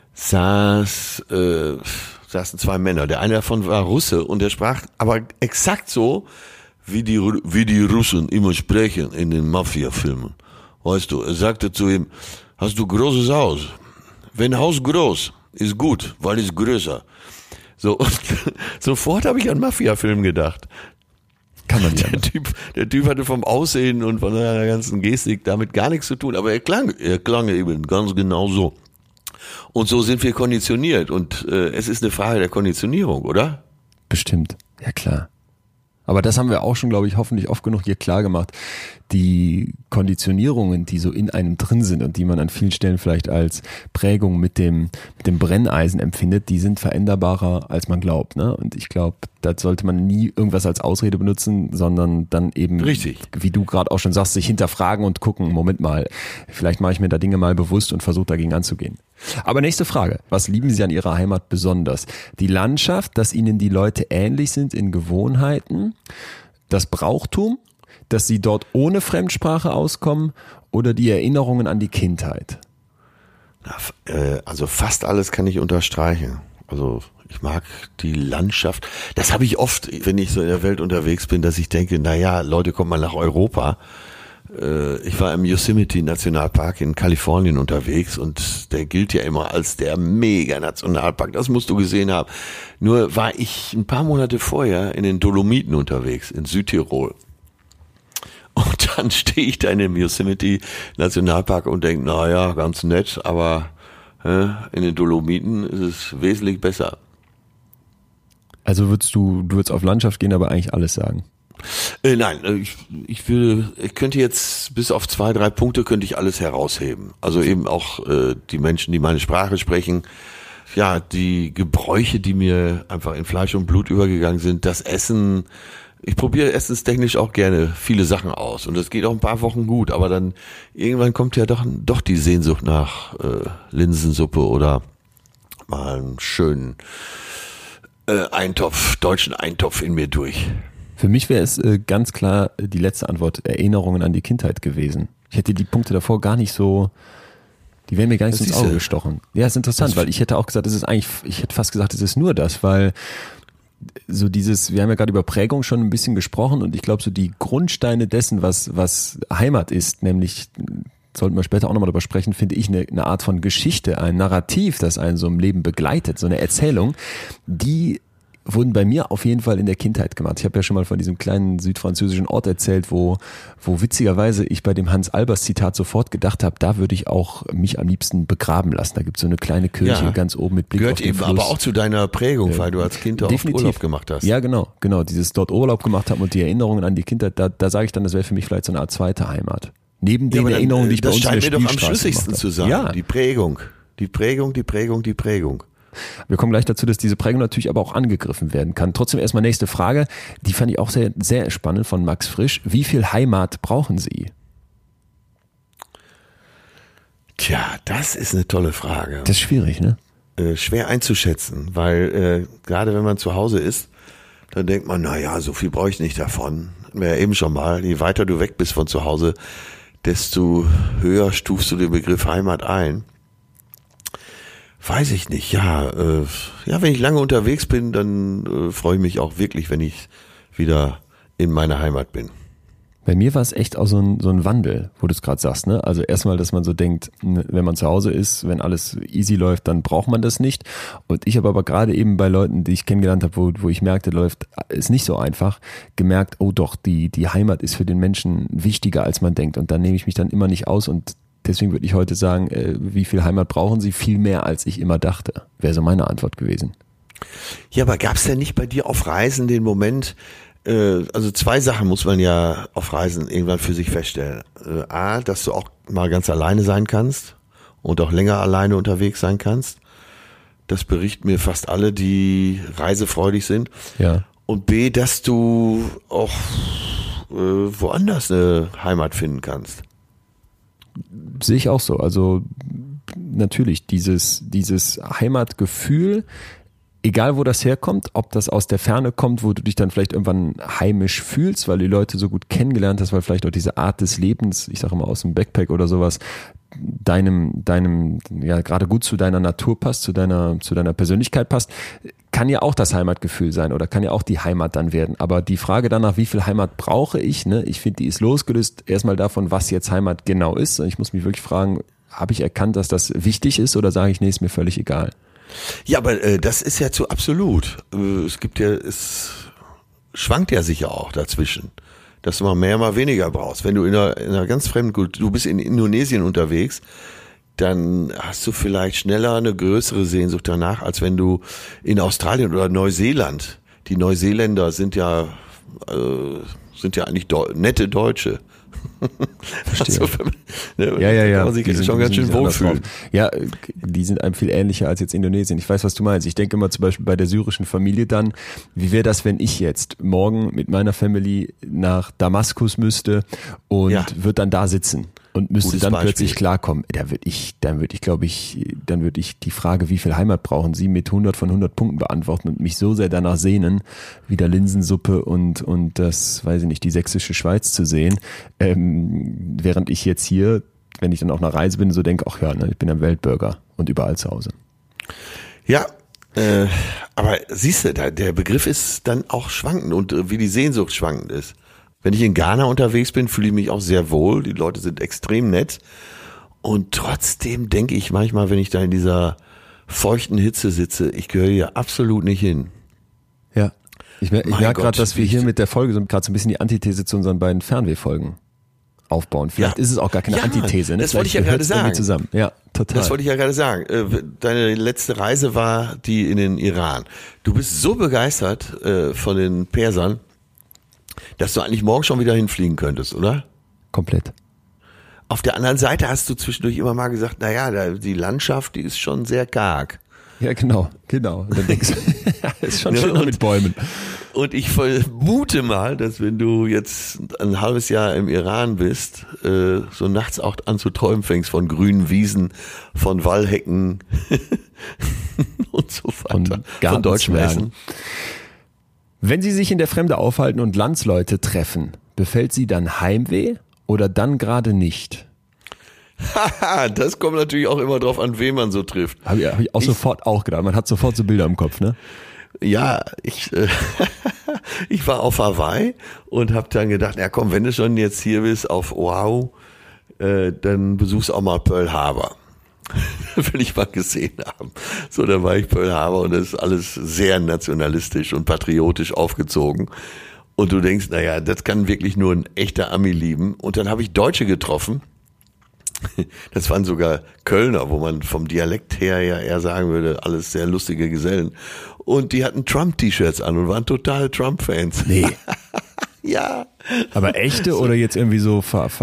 A: saßen zwei Männer. Der eine davon war Russe und der sprach aber exakt so, wie die Russen immer sprechen in den Mafia-Filmen. Weißt du, er sagte zu ihm, hast du großes Haus? Wenn Haus groß, ist gut, weil es größer. So, und sofort habe ich an Mafia-Film gedacht.
B: Kann man ja.
A: Der Typ hatte vom Aussehen und von seiner ganzen Gestik damit gar nichts zu tun, aber er klang eben ganz genau so. Und so sind wir konditioniert und es ist eine Frage der Konditionierung, oder?
B: Bestimmt, ja klar. Aber das haben wir auch schon, glaube ich, hoffentlich oft genug hier klar gemacht. Die Konditionierungen, die so in einem drin sind und die man an vielen Stellen vielleicht als Prägung mit dem Brenneisen empfindet, die sind veränderbarer, als man glaubt. Ne? Und ich glaube, da sollte man nie irgendwas als Ausrede benutzen, sondern dann eben,
A: richtig,
B: wie du gerade auch schon sagst, sich hinterfragen und gucken, Moment mal, vielleicht mache ich mir da Dinge mal bewusst und versuche dagegen anzugehen. Aber nächste Frage, was lieben Sie an Ihrer Heimat besonders? Die Landschaft, dass Ihnen die Leute ähnlich sind in Gewohnheiten, das Brauchtum, dass Sie dort ohne Fremdsprache auskommen oder die Erinnerungen an die Kindheit?
A: Also fast alles kann ich unterstreichen. Also ich mag die Landschaft. Das habe ich oft, wenn ich so in der Welt unterwegs bin, dass ich denke, naja, Leute, kommt mal nach Europa. Ich war im Yosemite Nationalpark in Kalifornien unterwegs und der gilt ja immer als der Mega-Nationalpark. Das musst du gesehen haben. Nur war ich ein paar Monate vorher in den Dolomiten unterwegs, in Südtirol. Und dann stehe ich da in dem Yosemite Nationalpark und denke, naja, ganz nett, aber in den Dolomiten ist es wesentlich besser.
B: Also du würdest auf Landschaft gehen, aber eigentlich alles sagen?
A: Nein, ich könnte jetzt bis auf 2, 3 Punkte könnte ich alles herausheben. Also eben auch die Menschen, die meine Sprache sprechen, ja, die Gebräuche, die mir einfach in Fleisch und Blut übergegangen sind, das Essen. Ich probiere essenstechnisch auch gerne viele Sachen aus und das geht auch ein paar Wochen gut, aber dann irgendwann kommt ja doch die Sehnsucht nach Linsensuppe oder mal einen schönen deutschen Eintopf in mir durch.
B: Für mich wäre es ganz klar die letzte Antwort, Erinnerungen an die Kindheit gewesen. Ich hätte die Punkte davor gar nicht so, die wären mir gar nicht ins Auge gestochen. Ja, ist interessant, weil ich hätte auch gesagt, ich hätte fast gesagt, es ist nur das, weil so wir haben ja gerade über Prägung schon ein bisschen gesprochen und ich glaube so die Grundsteine dessen, was Heimat ist, nämlich, sollten wir später auch nochmal drüber sprechen, finde ich eine Art von Geschichte, ein Narrativ, das einen so im Leben begleitet, so eine Erzählung, die wurden bei mir auf jeden Fall in der Kindheit gemacht. Ich habe ja schon mal von diesem kleinen südfranzösischen Ort erzählt, wo witzigerweise ich bei dem Hans-Albers-Zitat sofort gedacht habe, da würde ich auch mich am liebsten begraben lassen. Da gibt es so eine kleine Kirche ganz oben mit Blick auf den Fluss.
A: Gehört eben aber auch zu deiner Prägung, weil du als Kind oft Urlaub gemacht hast.
B: Ja, genau. Dieses dort Urlaub gemacht haben und die Erinnerungen an die Kindheit, da sage ich dann, das wäre für mich vielleicht so eine Art zweite Heimat. Neben den Erinnerungen, die ich bei uns in der Spielstraße
A: gemacht habe. Das scheint mir doch am schlüssigsten zu sein. Ja. Die Prägung.
B: Wir kommen gleich dazu, dass diese Prägung natürlich aber auch angegriffen werden kann. Trotzdem erstmal nächste Frage, die fand ich auch sehr, sehr spannend von Max Frisch. Wie viel Heimat brauchen Sie?
A: Tja, das ist eine tolle Frage.
B: Das ist schwierig, ne?
A: Schwer einzuschätzen, weil gerade wenn man zu Hause ist, dann denkt man, naja, so viel brauche ich nicht davon. Ja, eben schon mal, je weiter du weg bist von zu Hause, desto höher stufst du den Begriff Heimat ein. Weiß ich nicht, wenn ich lange unterwegs bin, dann freue ich mich auch wirklich, wenn ich wieder in meiner Heimat bin.
B: Bei mir war es echt auch so ein Wandel, wo du es gerade sagst, ne? Also erstmal, dass man so denkt, wenn man zu Hause ist, wenn alles easy läuft, dann braucht man das nicht. Und ich habe aber gerade eben bei Leuten, die ich kennengelernt habe, wo ich merkte, ist nicht so einfach, gemerkt, oh doch, die Heimat ist für den Menschen wichtiger, als man denkt. Und dann nehme ich mich dann immer nicht aus und deswegen würde ich heute sagen, wie viel Heimat brauchen Sie? Viel mehr, als ich immer dachte. Wäre so meine Antwort gewesen.
A: Ja, aber gab es denn nicht bei dir auf Reisen den Moment, also zwei Sachen muss man ja auf Reisen irgendwann für sich feststellen. A, dass du auch mal ganz alleine sein kannst und auch länger alleine unterwegs sein kannst. Das berichten mir fast alle, die reisefreudig sind.
B: Ja.
A: Und B, dass du auch woanders eine Heimat finden kannst.
B: Sehe ich auch so. Also natürlich dieses Heimatgefühl, egal wo das herkommt, ob das aus der Ferne kommt, wo du dich dann vielleicht irgendwann heimisch fühlst, weil du die Leute so gut kennengelernt hast, weil vielleicht auch diese Art des Lebens, ich sage immer aus dem Backpack oder sowas, deinem ja gerade gut zu deiner Natur passt, zu deiner Persönlichkeit passt, kann ja auch das Heimatgefühl sein oder kann ja auch die Heimat dann werden. Aber die Frage danach, wie viel Heimat brauche ich, ne? Ich finde, die ist losgelöst erstmal davon, was jetzt Heimat genau ist. Und ich muss mich wirklich fragen, habe ich erkannt, dass das wichtig ist oder sage ich, nee, ist mir völlig egal?
A: Ja, aber das ist ja zu absolut. Es schwankt ja sicher auch dazwischen, dass du mal mehr, mal weniger brauchst. Wenn du in einer ganz fremden Kultur, du bist in Indonesien unterwegs, dann hast du vielleicht schneller eine größere Sehnsucht danach, als wenn du in Australien oder Neuseeland. Die Neuseeländer sind ja eigentlich nette Deutsche.
B: Verstehe.
A: Also,
B: Ja.
A: Kann man sich schon ganz schön wohlfühlen.
B: Ja, die sind einem viel ähnlicher als jetzt Indonesien. Ich weiß, was du meinst. Ich denke immer zum Beispiel bei der syrischen Familie dann, wie wäre das, wenn ich jetzt morgen mit meiner Family nach Damaskus müsste und würde dann da sitzen und müsste
A: Gutes
B: dann
A: Beispiel.
B: plötzlich klarkommen. Dann würde ich die Frage, wie viel Heimat brauchen Sie, mit 100 von 100 Punkten beantworten und mich so sehr danach sehnen, wieder Linsensuppe und das, weiß ich nicht, die sächsische Schweiz zu sehen, während ich jetzt hier, wenn ich dann auf einer Reise bin, so denke, ach ja, ne, ich bin ein Weltbürger und überall zu Hause.
A: Ja, aber siehst du, der Begriff ist dann auch schwankend und wie die Sehnsucht schwankend ist. Wenn ich in Ghana unterwegs bin, fühle ich mich auch sehr wohl. Die Leute sind extrem nett. Und trotzdem denke ich manchmal, wenn ich da in dieser feuchten Hitze sitze, ich gehöre hier absolut nicht hin.
B: Ja, ich merke gerade, dass wir hier mit der Folge so gerade so ein bisschen die Antithese zu unseren beiden Fernwehfolgen aufbauen. Vielleicht ist es auch gar keine Antithese. Ne?
A: Das wollte ich ja gerade sagen.
B: Zusammen. Ja, total.
A: Das wollte ich ja gerade sagen. Deine letzte Reise war die in den Iran. Du bist so begeistert von den Persern, dass du eigentlich morgen schon wieder hinfliegen könntest, oder?
B: Komplett.
A: Auf der anderen Seite hast du zwischendurch immer mal gesagt, naja, die Landschaft, die ist schon sehr karg.
B: Ja, genau. Und dann denkst du, ist schon schön mit Bäumen.
A: Und ich vermute mal, dass wenn du jetzt ein halbes Jahr im Iran bist, so nachts auch an zu träumen fängst von grünen Wiesen, von Wallhecken und so weiter.
B: Von deutschem Essen. Wenn Sie sich in der Fremde aufhalten und Landsleute treffen, befällt Sie dann Heimweh oder dann gerade nicht?
A: Haha, das kommt natürlich auch immer drauf an, wen man so trifft.
B: Hab ich auch sofort auch gedacht. Man hat sofort so Bilder im Kopf, ne?
A: Ja, ich war auf Hawaii und habe dann gedacht, ja komm, wenn du schon jetzt hier bist auf Oahu, dann besuchst auch mal Pearl Harbor. Will ich mal gesehen haben. So, dann war ich Pearl Harbor und das ist alles sehr nationalistisch und patriotisch aufgezogen. Und du denkst, naja, das kann wirklich nur ein echter Ami lieben. Und dann habe ich Deutsche getroffen. Das waren sogar Kölner, wo man vom Dialekt her ja eher sagen würde, alles sehr lustige Gesellen. Und die hatten Trump-T-Shirts an und waren total Trump-Fans.
B: Nee.
A: Ja.
B: Aber echte oder jetzt irgendwie so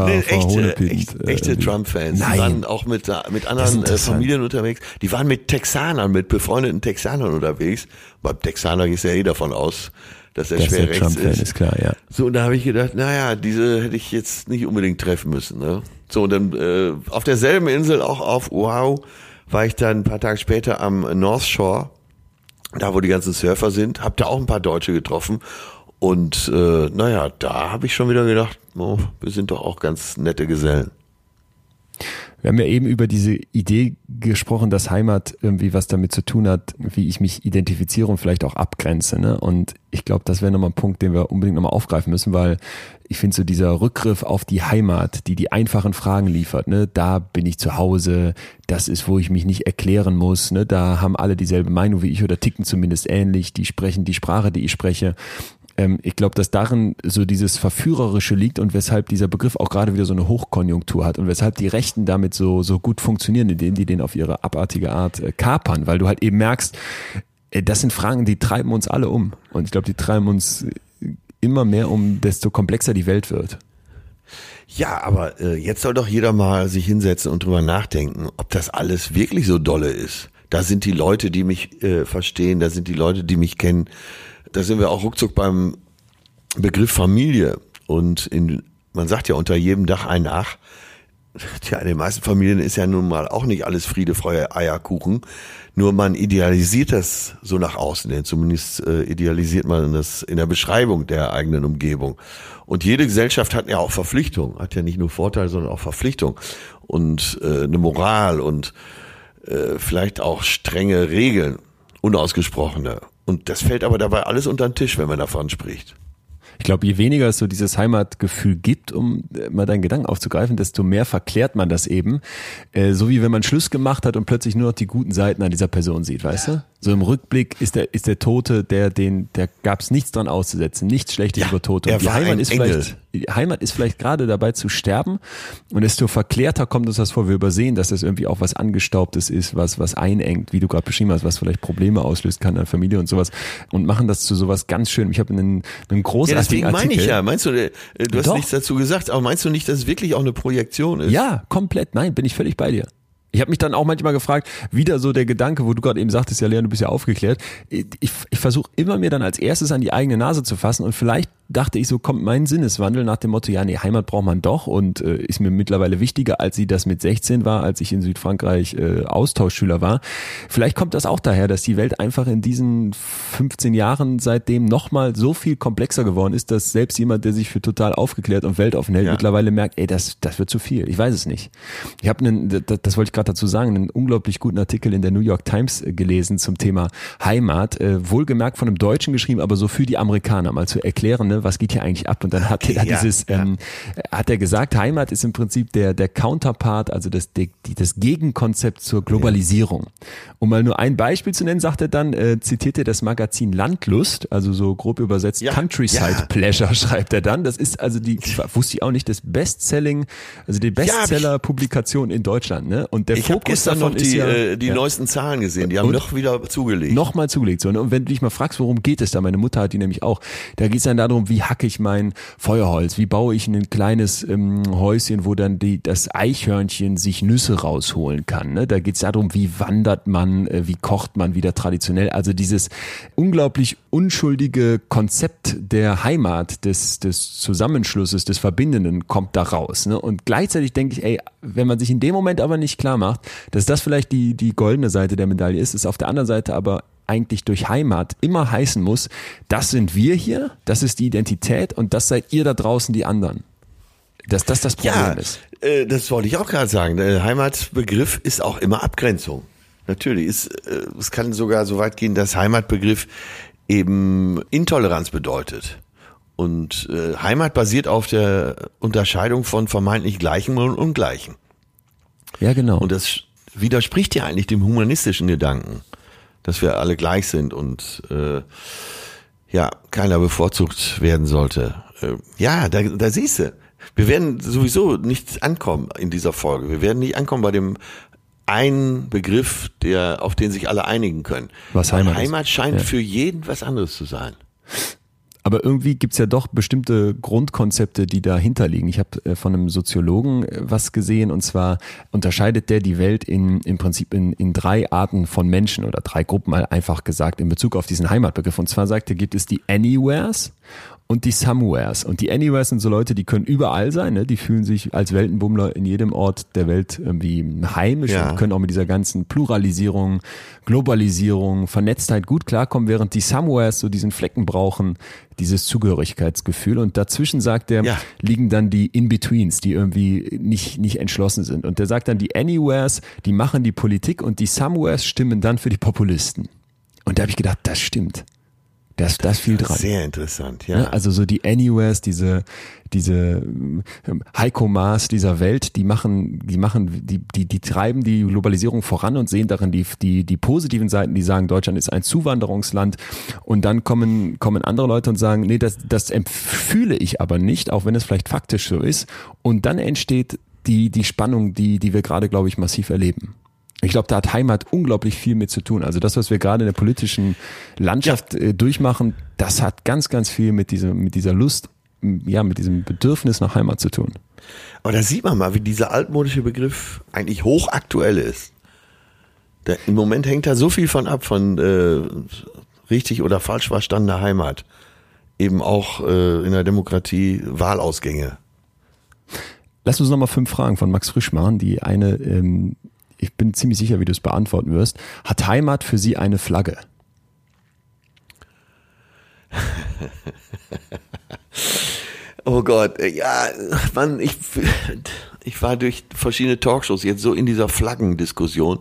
A: echte Trump-Fans.
B: Nein.
A: Die waren auch mit anderen Familien unterwegs. Die waren mit Texanern, mit befreundeten Texanern unterwegs. Beim Texaner gehst du ja davon aus, dass er schwer rechts ist.
B: Klar, ja.
A: So, und da habe ich gedacht, naja, diese hätte ich jetzt nicht unbedingt treffen müssen. Ne? So, und dann auf derselben Insel, auch auf Oahu, war ich dann ein paar Tage später am North Shore, da wo die ganzen Surfer sind, hab da auch ein paar Deutsche getroffen. Und naja, da habe ich schon wieder gedacht, oh, wir sind doch auch ganz nette Gesellen.
B: Wir haben ja eben über diese Idee gesprochen, dass Heimat irgendwie was damit zu tun hat, wie ich mich identifiziere und vielleicht auch abgrenze. Ne? Und ich glaube, das wäre nochmal ein Punkt, den wir unbedingt nochmal aufgreifen müssen, weil ich finde so dieser Rückgriff auf die Heimat, die einfachen Fragen liefert, ne? Da bin ich zu Hause, das ist, wo ich mich nicht erklären muss, ne? Da haben alle dieselbe Meinung wie ich oder ticken zumindest ähnlich, die sprechen die Sprache, die ich spreche. Ich glaube, dass darin so dieses Verführerische liegt und weshalb dieser Begriff auch gerade wieder so eine Hochkonjunktur hat und weshalb die Rechten damit so gut funktionieren, indem die den auf ihre abartige Art kapern, weil du halt eben merkst, das sind Fragen, die treiben uns alle um und ich glaube, die treiben uns immer mehr um, desto komplexer die Welt wird.
A: Ja, aber jetzt soll doch jeder mal sich hinsetzen und drüber nachdenken, ob das alles wirklich so dolle ist. Da sind die Leute, die mich verstehen, da sind die Leute, die mich kennen. Da sind wir auch ruckzuck beim Begriff Familie. Und man sagt ja unter jedem Dach ein Ach. Tja, in den meisten Familien ist ja nun mal auch nicht alles Friede, Freude, Eierkuchen. Nur man idealisiert das so nach außen, denn zumindest idealisiert man das in der Beschreibung der eigenen Umgebung. Und jede Gesellschaft hat ja auch Verpflichtung, hat ja nicht nur Vorteile, sondern auch Verpflichtung und eine Moral und vielleicht auch strenge Regeln, unausgesprochene. Und das fällt aber dabei alles unter den Tisch, wenn man davon spricht.
B: Ich glaube, je weniger es so dieses Heimatgefühl gibt, um mal deinen Gedanken aufzugreifen, desto mehr verklärt man das eben. So wie wenn man Schluss gemacht hat und plötzlich nur noch die guten Seiten an dieser Person sieht, weißt du? So im Rückblick ist der Tote, der gab es nichts dran auszusetzen, nichts Schlechtes über Tote. Und die Heimat ist vielleicht gerade dabei zu sterben und desto verklärter kommt uns das vor. Wir übersehen, dass das irgendwie auch was Angestaubtes ist, was einengt, wie du gerade beschrieben hast, was vielleicht Probleme auslöst kann an Familie und sowas und machen das zu sowas ganz schön. Ich habe einen großartigen
A: deswegen meine ich ja. Meinst du, du hast
B: Doch.
A: nichts dazu gesagt, aber meinst du nicht, dass es wirklich auch eine Projektion ist?
B: Ja, komplett. Nein, bin ich völlig bei dir. Ich habe mich dann auch manchmal gefragt, wieder so der Gedanke, wo du gerade eben sagtest, ja Leon, du bist ja aufgeklärt. Ich versuche immer mir dann als erstes an die eigene Nase zu fassen und vielleicht dachte ich, so kommt mein Sinneswandel nach dem Motto, ja nee, Heimat braucht man doch und ist mir mittlerweile wichtiger, als sie das mit 16 war, als ich in Südfrankreich Austauschschüler war. Vielleicht kommt das auch daher, dass die Welt einfach in diesen 15 Jahren seitdem nochmal so viel komplexer geworden ist, dass selbst jemand, der sich für total aufgeklärt und weltoffen hält, mittlerweile merkt, ey, das wird zu viel. Ich weiß es nicht. Ich habe das wollte ich gerade dazu sagen, einen unglaublich guten Artikel in der New York Times gelesen zum Thema Heimat, wohlgemerkt von einem Deutschen geschrieben, aber so für die Amerikaner, mal zu erklären, ne, was geht hier eigentlich ab? Und dann hat er gesagt, Heimat ist im Prinzip der Counterpart, also das Gegenkonzept zur Globalisierung. Um mal nur ein Beispiel zu nennen, sagt er dann, zitiert er das Magazin Landlust, also so grob übersetzt Countryside Pleasure, schreibt er dann. Das ist also wusste ich auch nicht, die Bestseller-Publikation in Deutschland, ne? Und der Fokus davon
A: ist ja die neuesten Zahlen gesehen, die haben noch wieder zugelegt.
B: Nochmal zugelegt. So, ne? Und wenn du dich mal fragst, worum geht es da? Meine Mutter hat die nämlich auch. Da geht es dann darum, wie hacke ich mein Feuerholz? Wie baue ich ein kleines Häuschen, wo dann das Eichhörnchen sich Nüsse rausholen kann? Ne? Da geht es darum, wie wandert man, wie kocht man wieder traditionell? Also dieses unglaublich unschuldige Konzept der Heimat, des Zusammenschlusses, des Verbindenden kommt da raus. Ne? Und gleichzeitig denke ich, ey, wenn man sich in dem Moment aber nicht klar macht, dass das vielleicht die goldene Seite der Medaille ist auf der anderen Seite aber eigentlich durch Heimat immer heißen muss, das sind wir hier, das ist die Identität und das seid ihr da draußen die anderen. Dass das das Problem ist.
A: Das wollte ich auch gerade sagen. Der Heimatbegriff ist auch immer Abgrenzung. Natürlich. Es kann sogar so weit gehen, dass Heimatbegriff eben Intoleranz bedeutet. Und Heimat basiert auf der Unterscheidung von vermeintlich Gleichen und Ungleichen.
B: Ja, genau.
A: Und das widerspricht ja eigentlich dem humanistischen Gedanken, dass wir alle gleich sind und keiner bevorzugt werden sollte. Da siehst du. Wir werden sowieso nicht ankommen in dieser Folge. Wir werden nicht ankommen bei dem einen Begriff, auf den sich alle einigen können.
B: Was Heimat ist.
A: Heimat scheint für jeden was anderes zu sein.
B: Aber irgendwie gibt's ja doch bestimmte Grundkonzepte, die dahinter liegen. Ich habe von einem Soziologen was gesehen, und zwar unterscheidet der die Welt im Prinzip in 3 Arten von Menschen oder 3 Gruppen, mal einfach gesagt, in Bezug auf diesen Heimatbegriff. Und zwar sagt er, gibt es die Anywheres und die Somewheres. Und die Anywheres sind so Leute, die können überall sein, ne? Die fühlen sich als Weltenbummler in jedem Ort der Welt irgendwie heimisch und können auch mit dieser ganzen Pluralisierung, Globalisierung, Vernetztheit gut klarkommen, während die Somewheres so diesen Flecken brauchen, dieses Zugehörigkeitsgefühl. Und dazwischen, sagt er, liegen dann die In-Betweens, die irgendwie nicht entschlossen sind. Und der sagt dann, die Anywheres, die machen die Politik, und die Somewheres stimmen dann für die Populisten. Und da habe ich gedacht, das stimmt. Da ist viel dran.
A: Sehr interessant, ja.
B: Also so die Anywheres, diese Heiko Maas dieser Welt, die treiben die Globalisierung voran und sehen darin die positiven Seiten, die sagen, Deutschland ist ein Zuwanderungsland, und dann kommen andere Leute und sagen, nee, das fühle ich aber nicht, auch wenn es vielleicht faktisch so ist, und dann entsteht die Spannung, die wir gerade, glaube ich, massiv erleben. Ich glaube, da hat Heimat unglaublich viel mit zu tun. Also das, was wir gerade in der politischen Landschaft durchmachen, das hat ganz, ganz viel mit dieser Lust, mit diesem Bedürfnis nach Heimat zu tun.
A: Aber da sieht man mal, wie dieser altmodische Begriff eigentlich hochaktuell ist. Im Moment hängt da so viel von ab, von richtig oder falsch verstandener Heimat. Eben auch in der Demokratie Wahlausgänge.
B: Lass uns nochmal 5 Fragen von Max Frisch machen. Die eine, ich bin ziemlich sicher, wie du es beantworten wirst. Hat Heimat für Sie eine Flagge?
A: Oh Gott, ja, Mann, ich war durch verschiedene Talkshows jetzt so in dieser Flaggendiskussion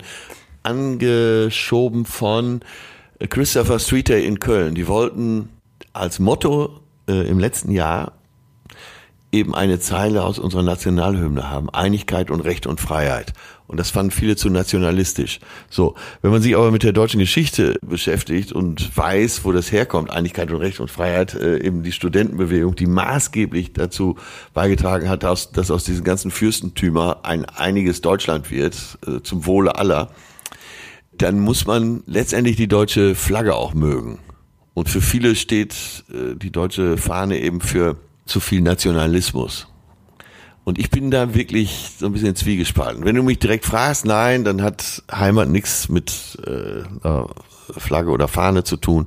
A: angeschoben von Christopher Streeter in Köln. Die wollten als Motto im letzten Jahr eben eine Zeile aus unserer Nationalhymne haben: Einigkeit und Recht und Freiheit. Und das fanden viele zu nationalistisch. So, wenn man sich aber mit der deutschen Geschichte beschäftigt und weiß, wo das herkommt, Einigkeit und Recht und Freiheit, eben die Studentenbewegung, die maßgeblich dazu beigetragen hat, dass aus diesen ganzen Fürstentümer ein einiges Deutschland wird, zum Wohle aller, dann muss man letztendlich die deutsche Flagge auch mögen. Und für viele steht die deutsche Fahne eben für zu viel Nationalismus. Und ich bin da wirklich so ein bisschen zwiegespalten. Wenn du mich direkt fragst, nein, dann hat Heimat nichts mit Flagge oder Fahne zu tun.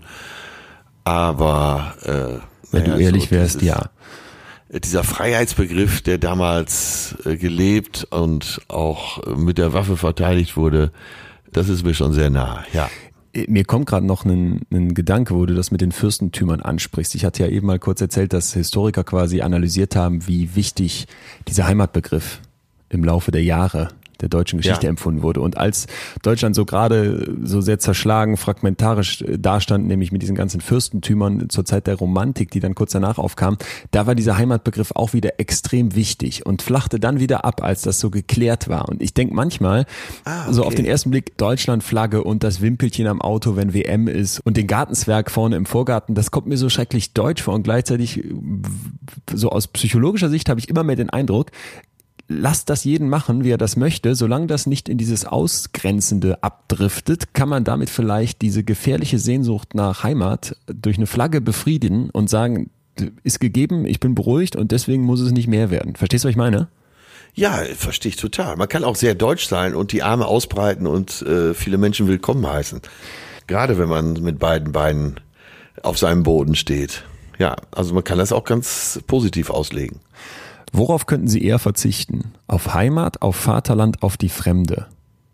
A: Aber
B: wenn du ehrlich wärst, ja.
A: Dieser Freiheitsbegriff, der damals gelebt und auch mit der Waffe verteidigt wurde, das ist mir schon sehr nah, ja.
B: Mir kommt gerade noch ein Gedanke, wo du das mit den Fürstentümern ansprichst. Ich hatte ja eben mal kurz erzählt, dass Historiker quasi analysiert haben, wie wichtig dieser Heimatbegriff im Laufe der Jahre der deutschen Geschichte empfunden wurde. Und als Deutschland so gerade so sehr zerschlagen, fragmentarisch dastand, nämlich mit diesen ganzen Fürstentümern zur Zeit der Romantik, die dann kurz danach aufkam, da war dieser Heimatbegriff auch wieder extrem wichtig und flachte dann wieder ab, als das so geklärt war. Und ich denke manchmal, so auf den ersten Blick, Deutschlandflagge und das Wimpelchen am Auto, wenn WM ist, und den Gartenzwerg vorne im Vorgarten, das kommt mir so schrecklich deutsch vor, und gleichzeitig so aus psychologischer Sicht habe ich immer mehr den Eindruck, lasst das jeden machen, wie er das möchte. Solange das nicht in dieses Ausgrenzende abdriftet, kann man damit vielleicht diese gefährliche Sehnsucht nach Heimat durch eine Flagge befriedigen und sagen, ist gegeben, ich bin beruhigt und deswegen muss es nicht mehr werden. Verstehst du, was ich meine?
A: Ja, verstehe ich total. Man kann auch sehr deutsch sein und die Arme ausbreiten und viele Menschen willkommen heißen. Gerade wenn man mit beiden Beinen auf seinem Boden steht. Ja, also man kann das auch ganz positiv auslegen.
B: Worauf könnten Sie eher verzichten? Auf Heimat, auf Vaterland, auf die Fremde?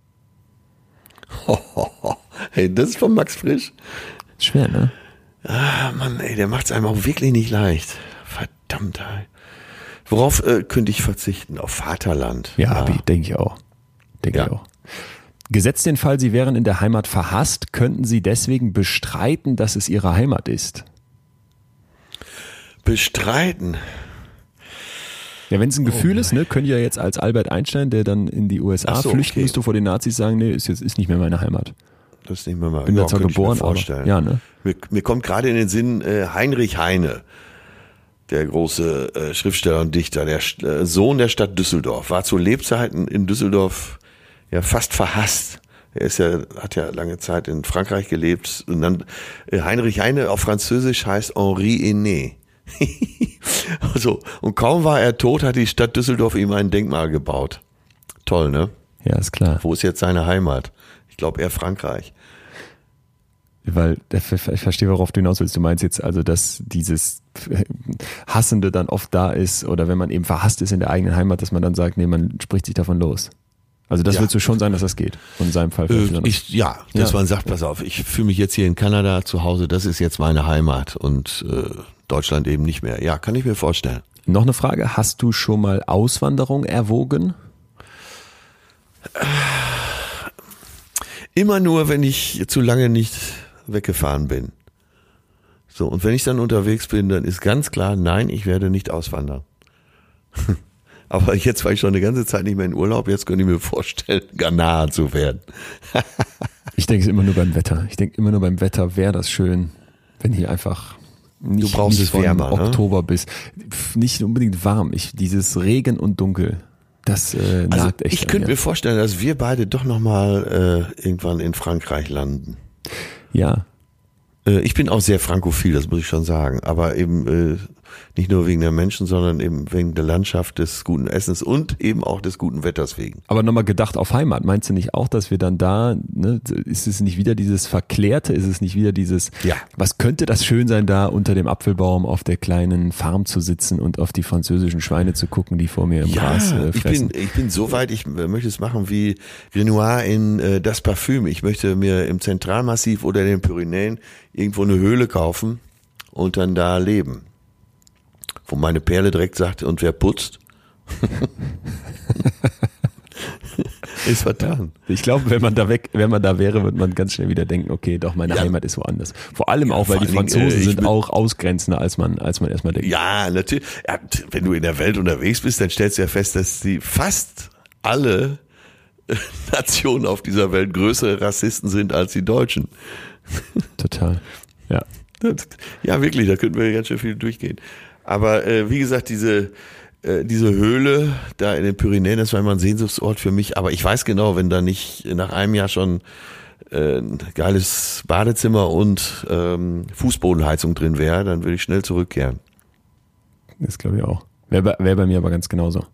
A: Hey, das ist von Max Frisch.
B: Schwer, ne?
A: Ah, Mann, ey, der macht's einem auch wirklich nicht leicht. Verdammt, ey. Worauf könnte ich verzichten? Auf Vaterland.
B: Ja, denke ich auch. Denke ich auch. Gesetzt den Fall, Sie wären in der Heimat verhasst, könnten Sie deswegen bestreiten, dass es Ihre Heimat ist?
A: Bestreiten?
B: Ja, wenn es ein Gefühl ist, ne, können ja jetzt als Albert Einstein, der dann in die USA flüchten müsste, vor den Nazis sagen, nee, ist nicht mehr meine Heimat.
A: Das ist nicht mehr meine
B: Bin da zwar geboren,
A: vorstellen.
B: Ja, ne?
A: Mir kommt gerade in den Sinn Heinrich Heine, der große Schriftsteller und Dichter, der Sohn der Stadt Düsseldorf, war zu Lebzeiten in Düsseldorf ja fast verhasst. Hat ja lange Zeit in Frankreich gelebt und dann Heinrich Heine auf Französisch heißt Henri Aîné. So, und kaum war er tot, hat die Stadt Düsseldorf ihm ein Denkmal gebaut. Toll, ne?
B: Ja, ist klar.
A: Wo ist jetzt seine Heimat? Ich glaube eher Frankreich.
B: Weil, ich verstehe, worauf du hinaus willst. Du meinst jetzt also, dass dieses Hassende dann oft da ist oder wenn man eben verhasst ist in der eigenen Heimat, dass man dann sagt, nee, man spricht sich davon los. Also das willst du schon sein, dass das geht. Und in seinem Fall
A: dass man sagt, pass auf, ich fühle mich jetzt hier in Kanada zu Hause, das ist jetzt meine Heimat und Deutschland eben nicht mehr. Ja, kann ich mir vorstellen.
B: Noch eine Frage, hast du schon mal Auswanderung erwogen?
A: Immer nur, wenn ich zu lange nicht weggefahren bin. So, und wenn ich dann unterwegs bin, dann ist ganz klar, nein, ich werde nicht auswandern. Aber jetzt war ich schon eine ganze Zeit nicht mehr in Urlaub, jetzt könnte ich mir vorstellen, Ghana zu werden.
B: Ich denke immer nur beim Wetter. Wäre das schön, wenn hier einfach nicht,
A: du brauchst
B: nicht
A: es wärmer,
B: von Oktober bis, nicht unbedingt warm, dieses Regen und Dunkel, das nagt echt.
A: Ich könnte mir vorstellen, dass wir beide doch nochmal irgendwann in Frankreich landen.
B: Ja.
A: Ich bin auch sehr frankophil, das muss ich schon sagen, aber eben nicht nur wegen der Menschen, sondern eben wegen der Landschaft, des guten Essens und eben auch des guten Wetters wegen.
B: Aber nochmal gedacht auf Heimat, meinst du nicht auch, dass wir dann da, ne, ist es nicht wieder dieses Verklärte, ist es nicht wieder dieses, was könnte das schön sein, da unter dem Apfelbaum auf der kleinen Farm zu sitzen und auf die französischen Schweine zu gucken, die vor mir im Gras fressen?
A: Ich bin so weit, ich möchte es machen wie Renoir in Das Parfüm. Ich möchte mir im Zentralmassiv oder in den Pyrenäen irgendwo eine Höhle kaufen und dann da leben. Wo meine Perle direkt sagt, und wer putzt? Ist vertan.
B: Ich glaube, wenn man da wäre, würde man ganz schnell wieder denken, okay, doch, meine Heimat ist woanders. Vor allem auch, weil die Franzosen sind auch ausgrenzender, als man erstmal denkt.
A: Ja, natürlich. Ja, wenn du in der Welt unterwegs bist, dann stellst du ja fest, dass die fast alle Nationen auf dieser Welt größere Rassisten sind als die Deutschen.
B: Total, ja.
A: Ja, wirklich, da könnten wir ganz schön viel durchgehen. Aber wie gesagt, diese Höhle da in den Pyrenäen, das war immer ein Sehnsuchtsort für mich. Aber ich weiß genau, wenn da nicht nach einem Jahr schon ein geiles Badezimmer und Fußbodenheizung drin wäre, dann würde ich schnell zurückkehren.
B: Das glaube ich auch. Wäre bei mir aber ganz genauso.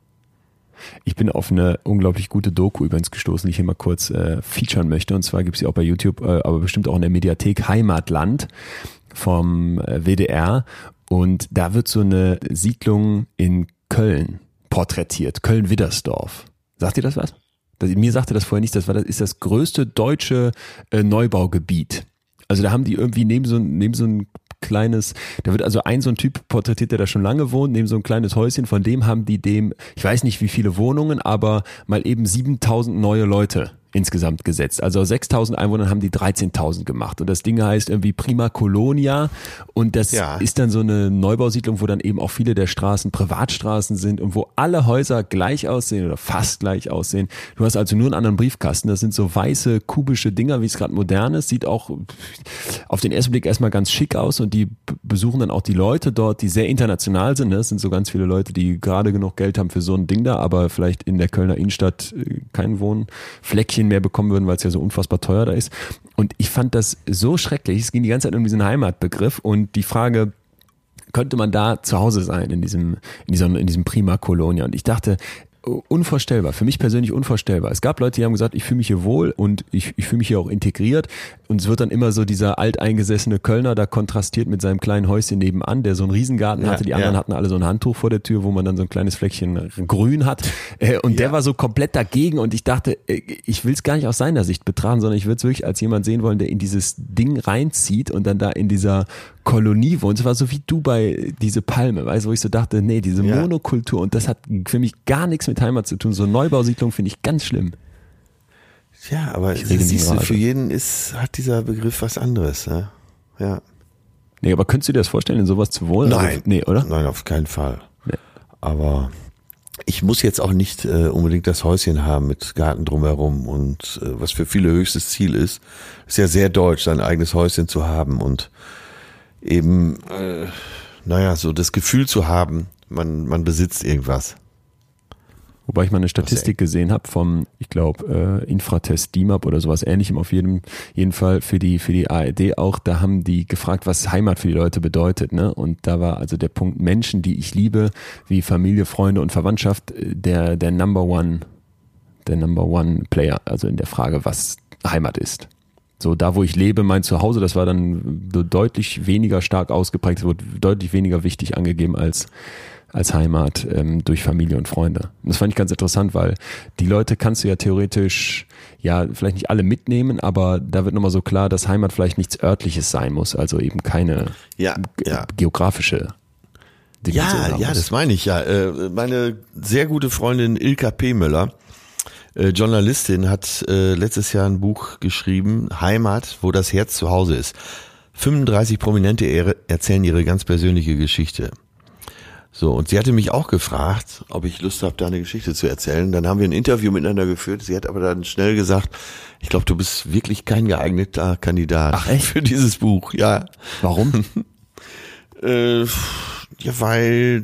B: Ich bin auf eine unglaublich gute Doku übrigens gestoßen, die ich hier mal kurz featuren möchte. Und zwar gibt es sie auch bei YouTube, aber bestimmt auch in der Mediathek, Heimatland vom WDR. Und da wird so eine Siedlung in Köln porträtiert, Köln-Widdersdorf. Sagt ihr das was? Mir sagte das vorher nicht, das ist das größte deutsche Neubaugebiet. Also da haben die irgendwie neben so ein kleines, da wird also so ein Typ porträtiert, der da schon lange wohnt, neben so ein kleines Häuschen, von dem haben die ich weiß nicht wie viele Wohnungen, aber mal eben 7.000 neue Leute insgesamt gesetzt. Also aus 6.000 Einwohnern haben die 13.000 gemacht. Und das Ding heißt irgendwie Prima Colonia. Und das ist dann so eine Neubausiedlung, wo dann eben auch viele der Straßen Privatstraßen sind und wo alle Häuser gleich aussehen oder fast gleich aussehen. Du hast also nur einen anderen Briefkasten. Das sind so weiße, kubische Dinger, wie es gerade modern ist. Sieht auch auf den ersten Blick erstmal ganz schick aus. Und die besuchen dann auch die Leute dort, die sehr international sind. Das sind so ganz viele Leute, die gerade genug Geld haben für so ein Ding da, aber vielleicht in der Kölner Innenstadt kein Wohnfleckchen mehr bekommen würden, weil es ja so unfassbar teuer da ist. Und ich fand das so schrecklich. Es ging die ganze Zeit um diesen Heimatbegriff und die Frage, könnte man da zu Hause sein in diesem Prima Colonia? Und ich dachte, unvorstellbar, für mich persönlich unvorstellbar. Es gab Leute, die haben gesagt, ich fühle mich hier wohl und ich fühle mich hier auch integriert. Und es wird dann immer so dieser alteingesessene Kölner da kontrastiert mit seinem kleinen Häuschen nebenan, der so einen Riesengarten hatte. Die anderen hatten alle so ein Handtuch vor der Tür, wo man dann so ein kleines Fleckchen grün hat. Und der war so komplett dagegen und ich dachte, ich will es gar nicht aus seiner Sicht betrachten, sondern ich würde es wirklich als jemand sehen wollen, der in dieses Ding reinzieht und dann da in dieser Kolonie wohnt. Es war so wie Dubai, diese Palme, weißt du, wo ich so dachte, nee, diese Monokultur und das hat für mich gar nichts mit Heimat zu tun. So eine Neubausiedlung finde ich ganz schlimm.
A: Ja, aber siehst du, für jeden hat dieser Begriff was anderes. Ne? Ja.
B: Nee, aber könntest du dir das vorstellen, in sowas zu wohnen?
A: Nein.
B: Also, nee, oder?
A: Nein, auf keinen Fall.
B: Nee.
A: Aber ich muss jetzt auch nicht unbedingt das Häuschen haben mit Garten drumherum und was für viele höchstes Ziel ist ja sehr deutsch, sein eigenes Häuschen zu haben und eben, so das Gefühl zu haben, man besitzt irgendwas.
B: Wobei ich mal eine Statistik gesehen habe vom, ich glaube, Infratest DIMAP oder sowas Ähnlichem auf jeden Fall für die ARD auch. Da haben die gefragt, was Heimat für die Leute bedeutet, ne? Und da war also der Punkt Menschen, die ich liebe, wie Familie, Freunde und Verwandtschaft, der Number One Player, also in der Frage, was Heimat ist. So, da wo ich lebe, mein Zuhause, das war dann so deutlich weniger stark ausgeprägt, es wurde deutlich weniger wichtig angegeben als Heimat durch Familie und Freunde. Und das fand ich ganz interessant, weil die Leute kannst du ja theoretisch, vielleicht nicht alle mitnehmen, aber da wird nochmal so klar, dass Heimat vielleicht nichts Örtliches sein muss, also eben keine geografische Dimension. Ja,
A: das meine ich ja. Meine sehr gute Freundin Ilka P. Möller, Journalistin, hat letztes Jahr ein Buch geschrieben, Heimat, wo das Herz zu Hause ist. 35 Prominente erzählen ihre ganz persönliche Geschichte. So, und sie hatte mich auch gefragt, ob ich Lust habe, da eine Geschichte zu erzählen. Dann haben wir ein Interview miteinander geführt. Sie hat aber dann schnell gesagt, ich glaube, du bist wirklich kein geeigneter Kandidat für dieses Buch. Ja.
B: Warum?
A: Weil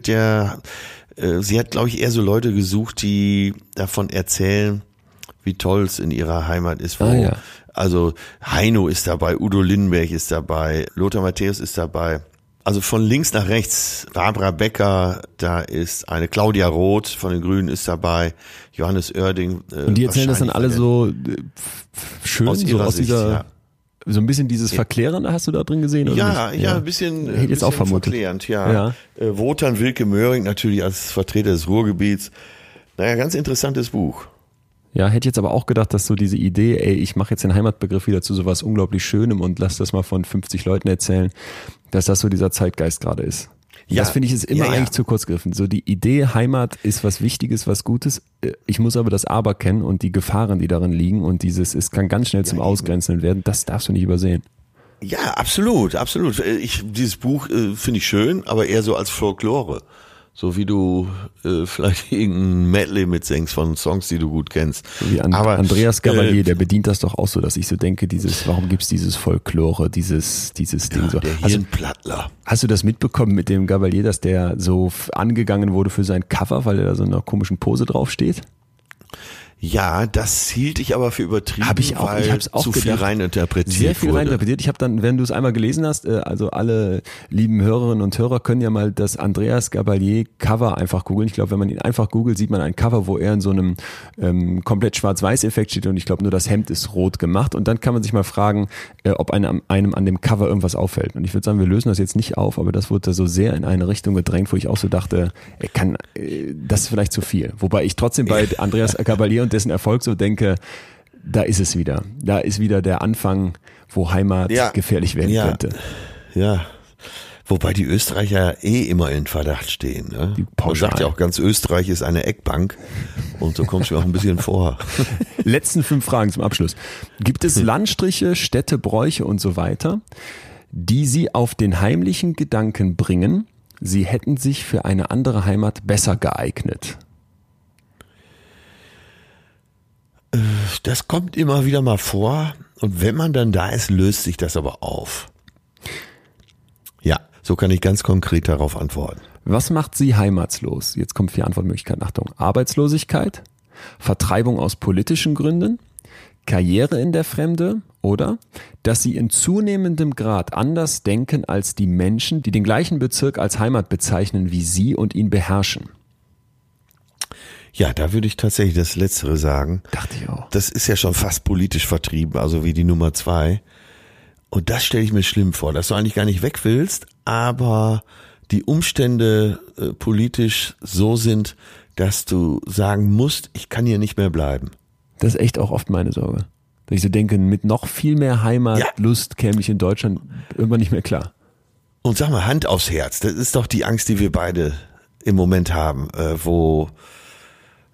A: sie hat, glaube ich, eher so Leute gesucht, die davon erzählen, wie toll es in ihrer Heimat ist. Also Heino ist dabei, Udo Lindenberg ist dabei, Lothar Matthäus ist dabei. Also von links nach rechts, Barbara Becker, da ist eine Claudia Roth von den Grünen ist dabei, Johannes Oerding.
B: Und die erzählen das dann alle so schön, aus
A: ihrer Sicht,
B: so ein bisschen dieses Verklärende hast du da drin gesehen? Oder nicht?
A: Ein bisschen,
B: hätte jetzt auch vermutet.
A: Verklärend, ja. Wotan Wilke Möhring natürlich als Vertreter des Ruhrgebiets. Ganz interessantes Buch.
B: Ja, hätte jetzt aber auch gedacht, dass so diese Idee, ich mache jetzt den Heimatbegriff wieder zu sowas unglaublich Schönem und lass das mal von 50 Leuten erzählen, dass das so dieser Zeitgeist gerade ist. Ja, das finde ich ist immer eigentlich zu kurz gegriffen. So die Idee, Heimat ist was Wichtiges, was Gutes. Ich muss aber das Aber kennen und die Gefahren, die darin liegen und es kann ganz schnell zum Ausgrenzen werden. Das darfst du nicht übersehen.
A: Ja, absolut. Dieses Buch finde ich schön, aber eher so als Folklore. So wie du vielleicht irgendein Medley mitsingst von Songs, die du gut kennst.
B: So wie Andreas Gabalier, der bedient das doch auch so, dass ich so denke, warum gibt's dieses Folklore, dieses Ding so.
A: Der Hirnplattler.
B: Hast du das mitbekommen mit dem Gabalier, dass der so angegangen wurde für sein Cover, weil er da so in einer komischen Pose draufsteht?
A: Ja, das hielt ich aber für übertrieben,
B: ich hab's auch
A: zu viel reininterpretiert
B: Sehr viel reininterpretiert. Ich habe dann, wenn du es einmal gelesen hast, also alle lieben Hörerinnen und Hörer können ja mal das Andreas Gabalier Cover einfach googeln. Ich glaube, wenn man ihn einfach googelt, sieht man ein Cover, wo er in so einem komplett Schwarz-Weiß-Effekt steht und ich glaube nur das Hemd ist rot gemacht und dann kann man sich mal fragen, ob einem an dem Cover irgendwas auffällt. Und ich würde sagen, wir lösen das jetzt nicht auf, aber das wurde so sehr in eine Richtung gedrängt, wo ich auch so dachte, das ist vielleicht zu viel. Wobei ich trotzdem bei Andreas Gabalier und dessen Erfolg so denke, da ist es wieder. Da ist wieder der Anfang, wo Heimat gefährlich werden könnte.
A: Ja, wobei die Österreicher immer in Verdacht stehen. Ne? Man sagt ja auch, ganz Österreich ist eine Eckbank und so kommst du mir auch ein bisschen vor.
B: Letzten 5 Fragen zum Abschluss. Gibt es Landstriche, Städte, Bräuche und so weiter, die Sie auf den heimlichen Gedanken bringen, Sie hätten sich für eine andere Heimat besser geeignet?
A: Das kommt immer wieder mal vor und wenn man dann da ist, löst sich das aber auf. Ja, so kann ich ganz konkret darauf antworten.
B: Was macht Sie heimatslos? Jetzt kommt 4 Antwortmöglichkeiten. Achtung. Arbeitslosigkeit, Vertreibung aus politischen Gründen, Karriere in der Fremde oder dass Sie in zunehmendem Grad anders denken als die Menschen, die den gleichen Bezirk als Heimat bezeichnen wie Sie und ihn beherrschen.
A: Ja, da würde ich tatsächlich das Letztere sagen.
B: Dachte ich auch.
A: Das ist ja schon fast politisch vertrieben, also wie die Nummer 2. Und das stelle ich mir schlimm vor, dass du eigentlich gar nicht weg willst, aber die Umstände politisch so sind, dass du sagen musst, ich kann hier nicht mehr bleiben.
B: Das ist echt auch oft meine Sorge. Dass ich so denke, mit noch viel mehr Heimatlust käme ich in Deutschland irgendwann nicht mehr klar.
A: Und sag mal, Hand aufs Herz, das ist doch die Angst, die wir beide im Moment haben, wo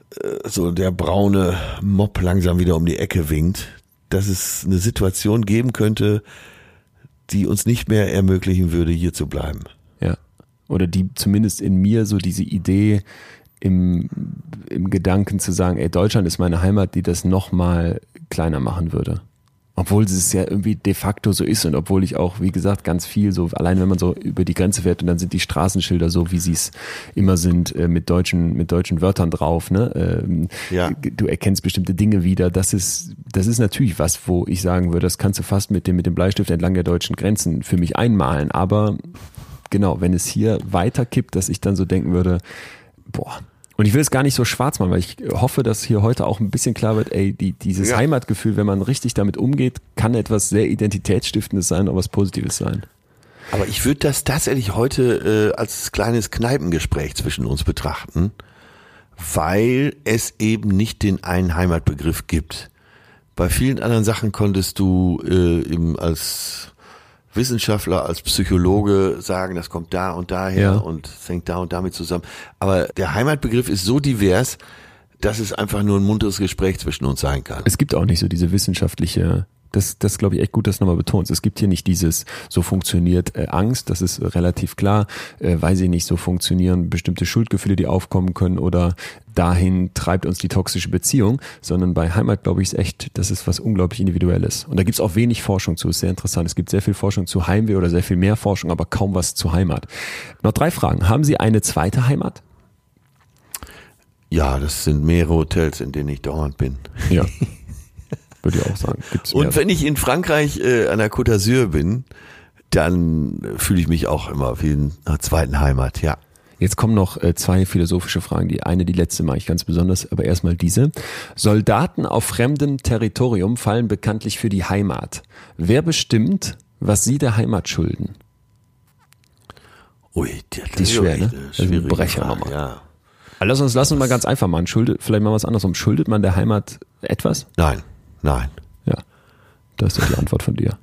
A: so der braune Mob langsam wieder um die Ecke winkt, dass es eine Situation geben könnte, die uns nicht mehr ermöglichen würde, hier zu bleiben.
B: Ja. Oder die zumindest in mir so diese Idee im Gedanken zu sagen, ey, Deutschland ist meine Heimat, die das nochmal kleiner machen würde. Obwohl es ja irgendwie de facto so ist und obwohl ich auch, wie gesagt, ganz viel so, allein wenn man so über die Grenze fährt und dann sind die Straßenschilder so, wie sie es immer sind, mit deutschen Wörtern drauf, ne?
A: Ja.
B: Du erkennst bestimmte Dinge wieder. Das ist natürlich was, wo ich sagen würde, das kannst du fast mit dem Bleistift entlang der deutschen Grenzen für mich einmalen. Aber genau, wenn es hier weiterkippt, dass ich dann so denken würde, boah. Und ich will es gar nicht so schwarz machen, weil ich hoffe, dass hier heute auch ein bisschen klar wird, ey, dieses Heimatgefühl, wenn man richtig damit umgeht, kann etwas sehr Identitätsstiftendes sein oder was Positives sein.
A: Aber ich würde das tatsächlich heute als kleines Kneipengespräch zwischen uns betrachten, weil es eben nicht den einen Heimatbegriff gibt. Bei vielen anderen Sachen konntest du eben als Wissenschaftler, als Psychologe sagen, das kommt da und daher und es hängt da und damit zusammen. Aber der Heimatbegriff ist so divers, dass es einfach nur ein munteres Gespräch zwischen uns sein kann.
B: Es gibt auch nicht so diese wissenschaftliche, das glaube ich echt gut, dass du nochmal betonst. Es gibt hier nicht dieses, so funktioniert Angst, das ist relativ klar, weiß ich nicht, so funktionieren bestimmte Schuldgefühle, die aufkommen können oder dahin treibt uns die toxische Beziehung, sondern bei Heimat glaube ich ist echt, das ist was unglaublich Individuelles. Und da gibt es auch wenig Forschung zu, ist sehr interessant. Es gibt sehr viel Forschung zu Heimweh oder sehr viel mehr Forschung, aber kaum was zu Heimat. Noch 3 Fragen. Haben Sie eine zweite Heimat?
A: Ja, das sind mehrere Hotels, in denen ich dauernd bin.
B: Ja. Würde ich auch sagen. Gibt's mehr.
A: Und wenn ich in Frankreich an der Côte d'Azur bin, dann fühle ich mich auch immer wie in einer zweiten Heimat, ja.
B: Jetzt kommen noch 2 philosophische Fragen. Die letzte mache ich ganz besonders, aber erstmal diese. Soldaten auf fremdem Territorium fallen bekanntlich für die Heimat. Wer bestimmt, was sie der Heimat schulden?
A: Ui,
B: die ist schwer, ne? Das ist ein Brecher nochmal. Ja. Lass uns mal ganz einfach machen. Vielleicht machen wir was andersrum. Schuldet man der Heimat etwas?
A: Nein.
B: Ja, das ist doch die Antwort von dir.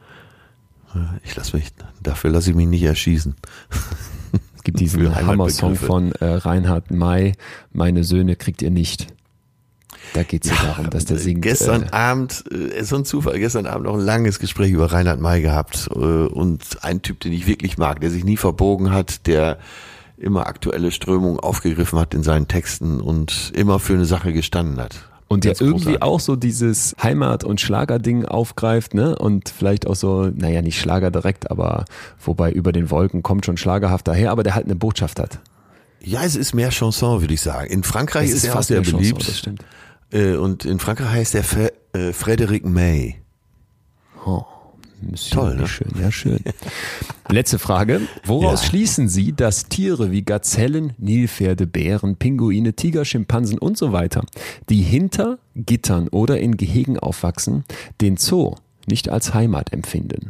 A: Dafür lasse ich mich nicht erschießen.
B: Es gibt diesen Hammer-Song von Reinhard May, Meine Söhne kriegt ihr nicht. Da geht es ja darum, dass der singt.
A: Gestern Abend, so ein Zufall, gestern Abend noch ein langes Gespräch über Reinhard May gehabt und ein Typ, den ich wirklich mag, der sich nie verbogen hat, der immer aktuelle Strömungen aufgegriffen hat in seinen Texten und immer für eine Sache gestanden hat.
B: Und der irgendwie auch so dieses Heimat- und Schlagerding aufgreift, ne? Und vielleicht auch so, naja, nicht Schlager direkt, aber wobei über den Wolken kommt schon schlagerhaft daher, aber der halt eine Botschaft hat.
A: Ja, es ist mehr Chanson, würde ich sagen. In Frankreich ist er auch sehr beliebt.
B: Chanson, das stimmt.
A: Und in Frankreich heißt er Frédéric May.
B: Oh.
A: Toll, ne?
B: Schön, ja, schön. Letzte Frage. Woraus schließen Sie, dass Tiere wie Gazellen, Nilpferde, Bären, Pinguine, Tiger, Schimpansen und so weiter, die hinter Gittern oder in Gehegen aufwachsen, den Zoo nicht als Heimat empfinden?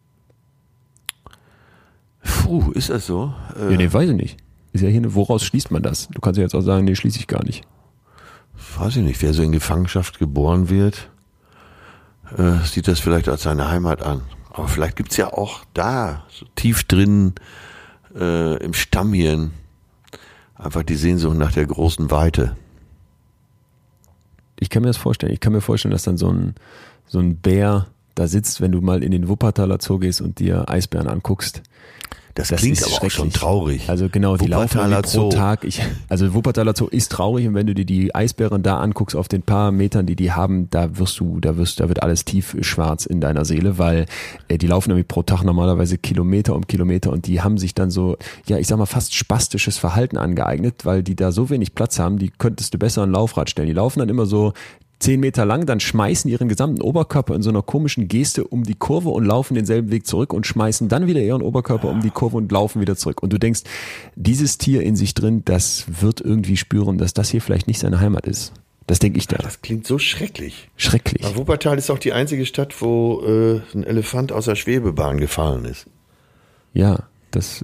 A: Ist das so?
B: Nee, weiß ich nicht. Ist ja hier woraus schließt man das? Du kannst ja jetzt auch sagen, nee, schließe ich gar nicht.
A: Weiß ich nicht. Wer so in Gefangenschaft geboren wird, sieht das vielleicht als seine Heimat an. Aber vielleicht gibt's ja auch da, so tief drin, im Stammhirn, einfach die Sehnsucht nach der großen Weite.
B: Ich kann mir das vorstellen. Ich kann mir vorstellen, dass dann so ein Bär da sitzt, wenn du mal in den Wuppertaler Zoo gehst und dir Eisbären anguckst.
A: Das klingt aber auch schon traurig.
B: Also genau, die laufen pro Tag. Also Wuppertaler Zoo ist traurig und wenn du dir die Eisbären da anguckst auf den paar Metern, die haben, da wird alles tief schwarz in deiner Seele, weil die laufen irgendwie pro Tag normalerweise Kilometer um Kilometer und die haben sich dann so, ja, ich sag mal fast spastisches Verhalten angeeignet, weil die da so wenig Platz haben, die könntest du besser ein Laufrad stellen. Die laufen dann immer so 10 Meter lang, dann schmeißen ihren gesamten Oberkörper in so einer komischen Geste um die Kurve und laufen denselben Weg zurück und schmeißen dann wieder ihren Oberkörper um die Kurve und laufen wieder zurück. Und du denkst, dieses Tier in sich drin, das wird irgendwie spüren, dass das hier vielleicht nicht seine Heimat ist. Das denke ich da.
A: Das klingt so schrecklich.
B: Schrecklich.
A: Aber Wuppertal ist auch die einzige Stadt, wo ein Elefant aus der Schwebebahn gefallen ist.
B: Ja, das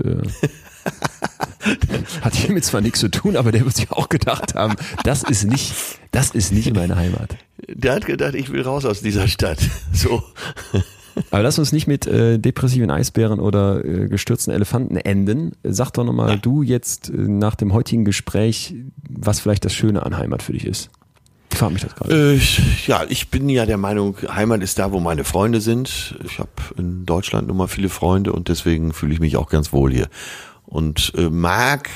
B: hat hiermit zwar nichts zu tun, aber der wird sich auch gedacht haben, das ist nicht meine Heimat.
A: Der hat gedacht, ich will raus aus dieser Stadt. So.
B: Aber lass uns nicht mit depressiven Eisbären oder gestürzten Elefanten enden. Sag doch nochmal, du jetzt nach dem heutigen Gespräch, was vielleicht das Schöne an Heimat für dich ist. Ich frage mich das gerade.
A: Ich bin ja der Meinung, Heimat ist da, wo meine Freunde sind. Ich habe in Deutschland nun mal viele Freunde und deswegen fühle ich mich auch ganz wohl hier. Und mag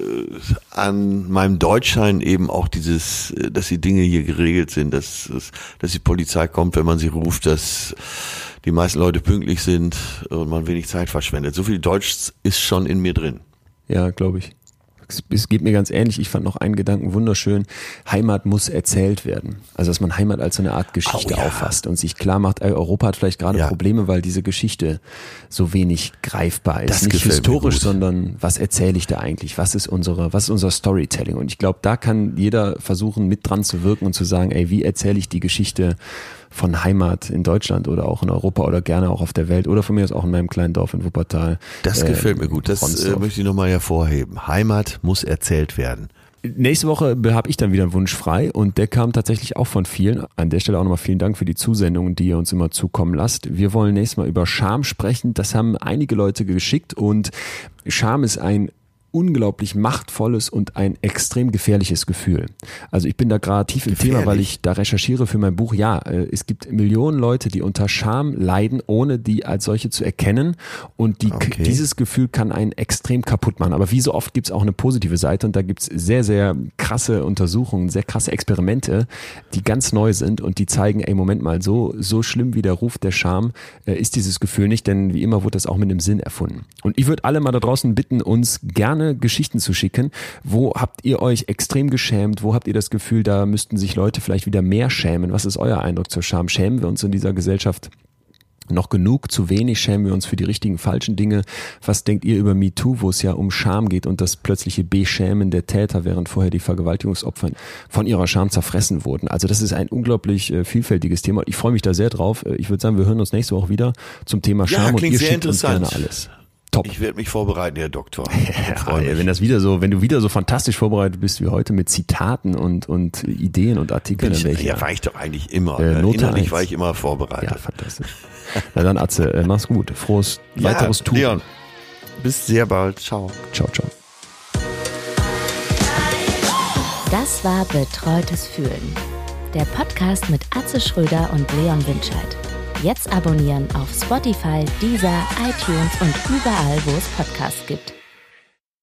A: an meinem Deutschsein eben auch dieses, dass die Dinge hier geregelt sind, dass die Polizei kommt, wenn man sie ruft, dass die meisten Leute pünktlich sind und man wenig Zeit verschwendet. So viel Deutsch ist schon in mir drin.
B: Ja, glaube ich. Es geht mir ganz ähnlich. Ich fand noch einen Gedanken wunderschön. Heimat muss erzählt werden. Also, dass man Heimat als so eine Art Geschichte auffasst und sich klar macht, Europa hat vielleicht gerade Probleme, weil diese Geschichte so wenig greifbar ist.
A: Das
B: nicht historisch,
A: gut.
B: Sondern was erzähle ich da eigentlich? Was ist unser Storytelling? Und ich glaube, da kann jeder versuchen, mit dran zu wirken und zu sagen, wie erzähle ich die Geschichte von Heimat in Deutschland oder auch in Europa oder gerne auch auf der Welt oder von mir aus auch in meinem kleinen Dorf in Wuppertal.
A: Das gefällt mir gut. Das möchte ich nochmal hervorheben. Heimat muss erzählt werden.
B: Nächste Woche habe ich dann wieder einen Wunsch frei und der kam tatsächlich auch von vielen. An der Stelle auch nochmal vielen Dank für die Zusendungen, die ihr uns immer zukommen lasst. Wir wollen nächstes Mal über Scham sprechen. Das haben einige Leute geschickt und Scham ist ein unglaublich machtvolles und ein extrem gefährliches Gefühl. Also ich bin da gerade tief im Thema, weil ich da recherchiere für mein Buch. Ja, es gibt Millionen Leute, die unter Scham leiden, ohne die als solche zu erkennen und dieses Gefühl kann einen extrem kaputt machen. Aber wie so oft gibt es auch eine positive Seite und da gibt es sehr, sehr krasse Untersuchungen, sehr krasse Experimente, die ganz neu sind und die zeigen, Moment mal, so schlimm wie der Ruf der Scham ist dieses Gefühl nicht, denn wie immer wurde das auch mit einem Sinn erfunden. Und ich würde alle mal da draußen bitten, uns gerne Geschichten zu schicken. Wo habt ihr euch extrem geschämt? Wo habt ihr das Gefühl, da müssten sich Leute vielleicht wieder mehr schämen? Was ist euer Eindruck zur Scham? Schämen wir uns in dieser Gesellschaft noch genug? Zu wenig? Schämen wir uns für die richtigen, falschen Dinge? Was denkt ihr über MeToo, wo es ja um Scham geht und das plötzliche Beschämen der Täter, während vorher die Vergewaltigungsopfer von ihrer Scham zerfressen wurden? Also das ist ein unglaublich vielfältiger Thema. Ich freue mich da sehr drauf. Ich würde sagen, wir hören uns nächste Woche wieder zum Thema Scham und ihr schickt uns gerne alles. Top.
A: Ich werde mich vorbereiten, Herr Doktor.
B: Wenn du wieder so fantastisch vorbereitet bist wie heute mit Zitaten und Ideen und Artikeln.
A: War ich doch eigentlich immer. Innerlich war ich immer vorbereitet.
B: Ja, fantastisch. Na dann, Atze, mach's gut. Frohes weiteres Tun.
A: Leon, bis sehr bald. Ciao.
B: Ciao, ciao.
C: Das war Betreutes Fühlen. Der Podcast mit Atze Schröder und Leon Winscheid. Jetzt abonnieren auf Spotify, Deezer, iTunes und überall, wo es Podcasts gibt.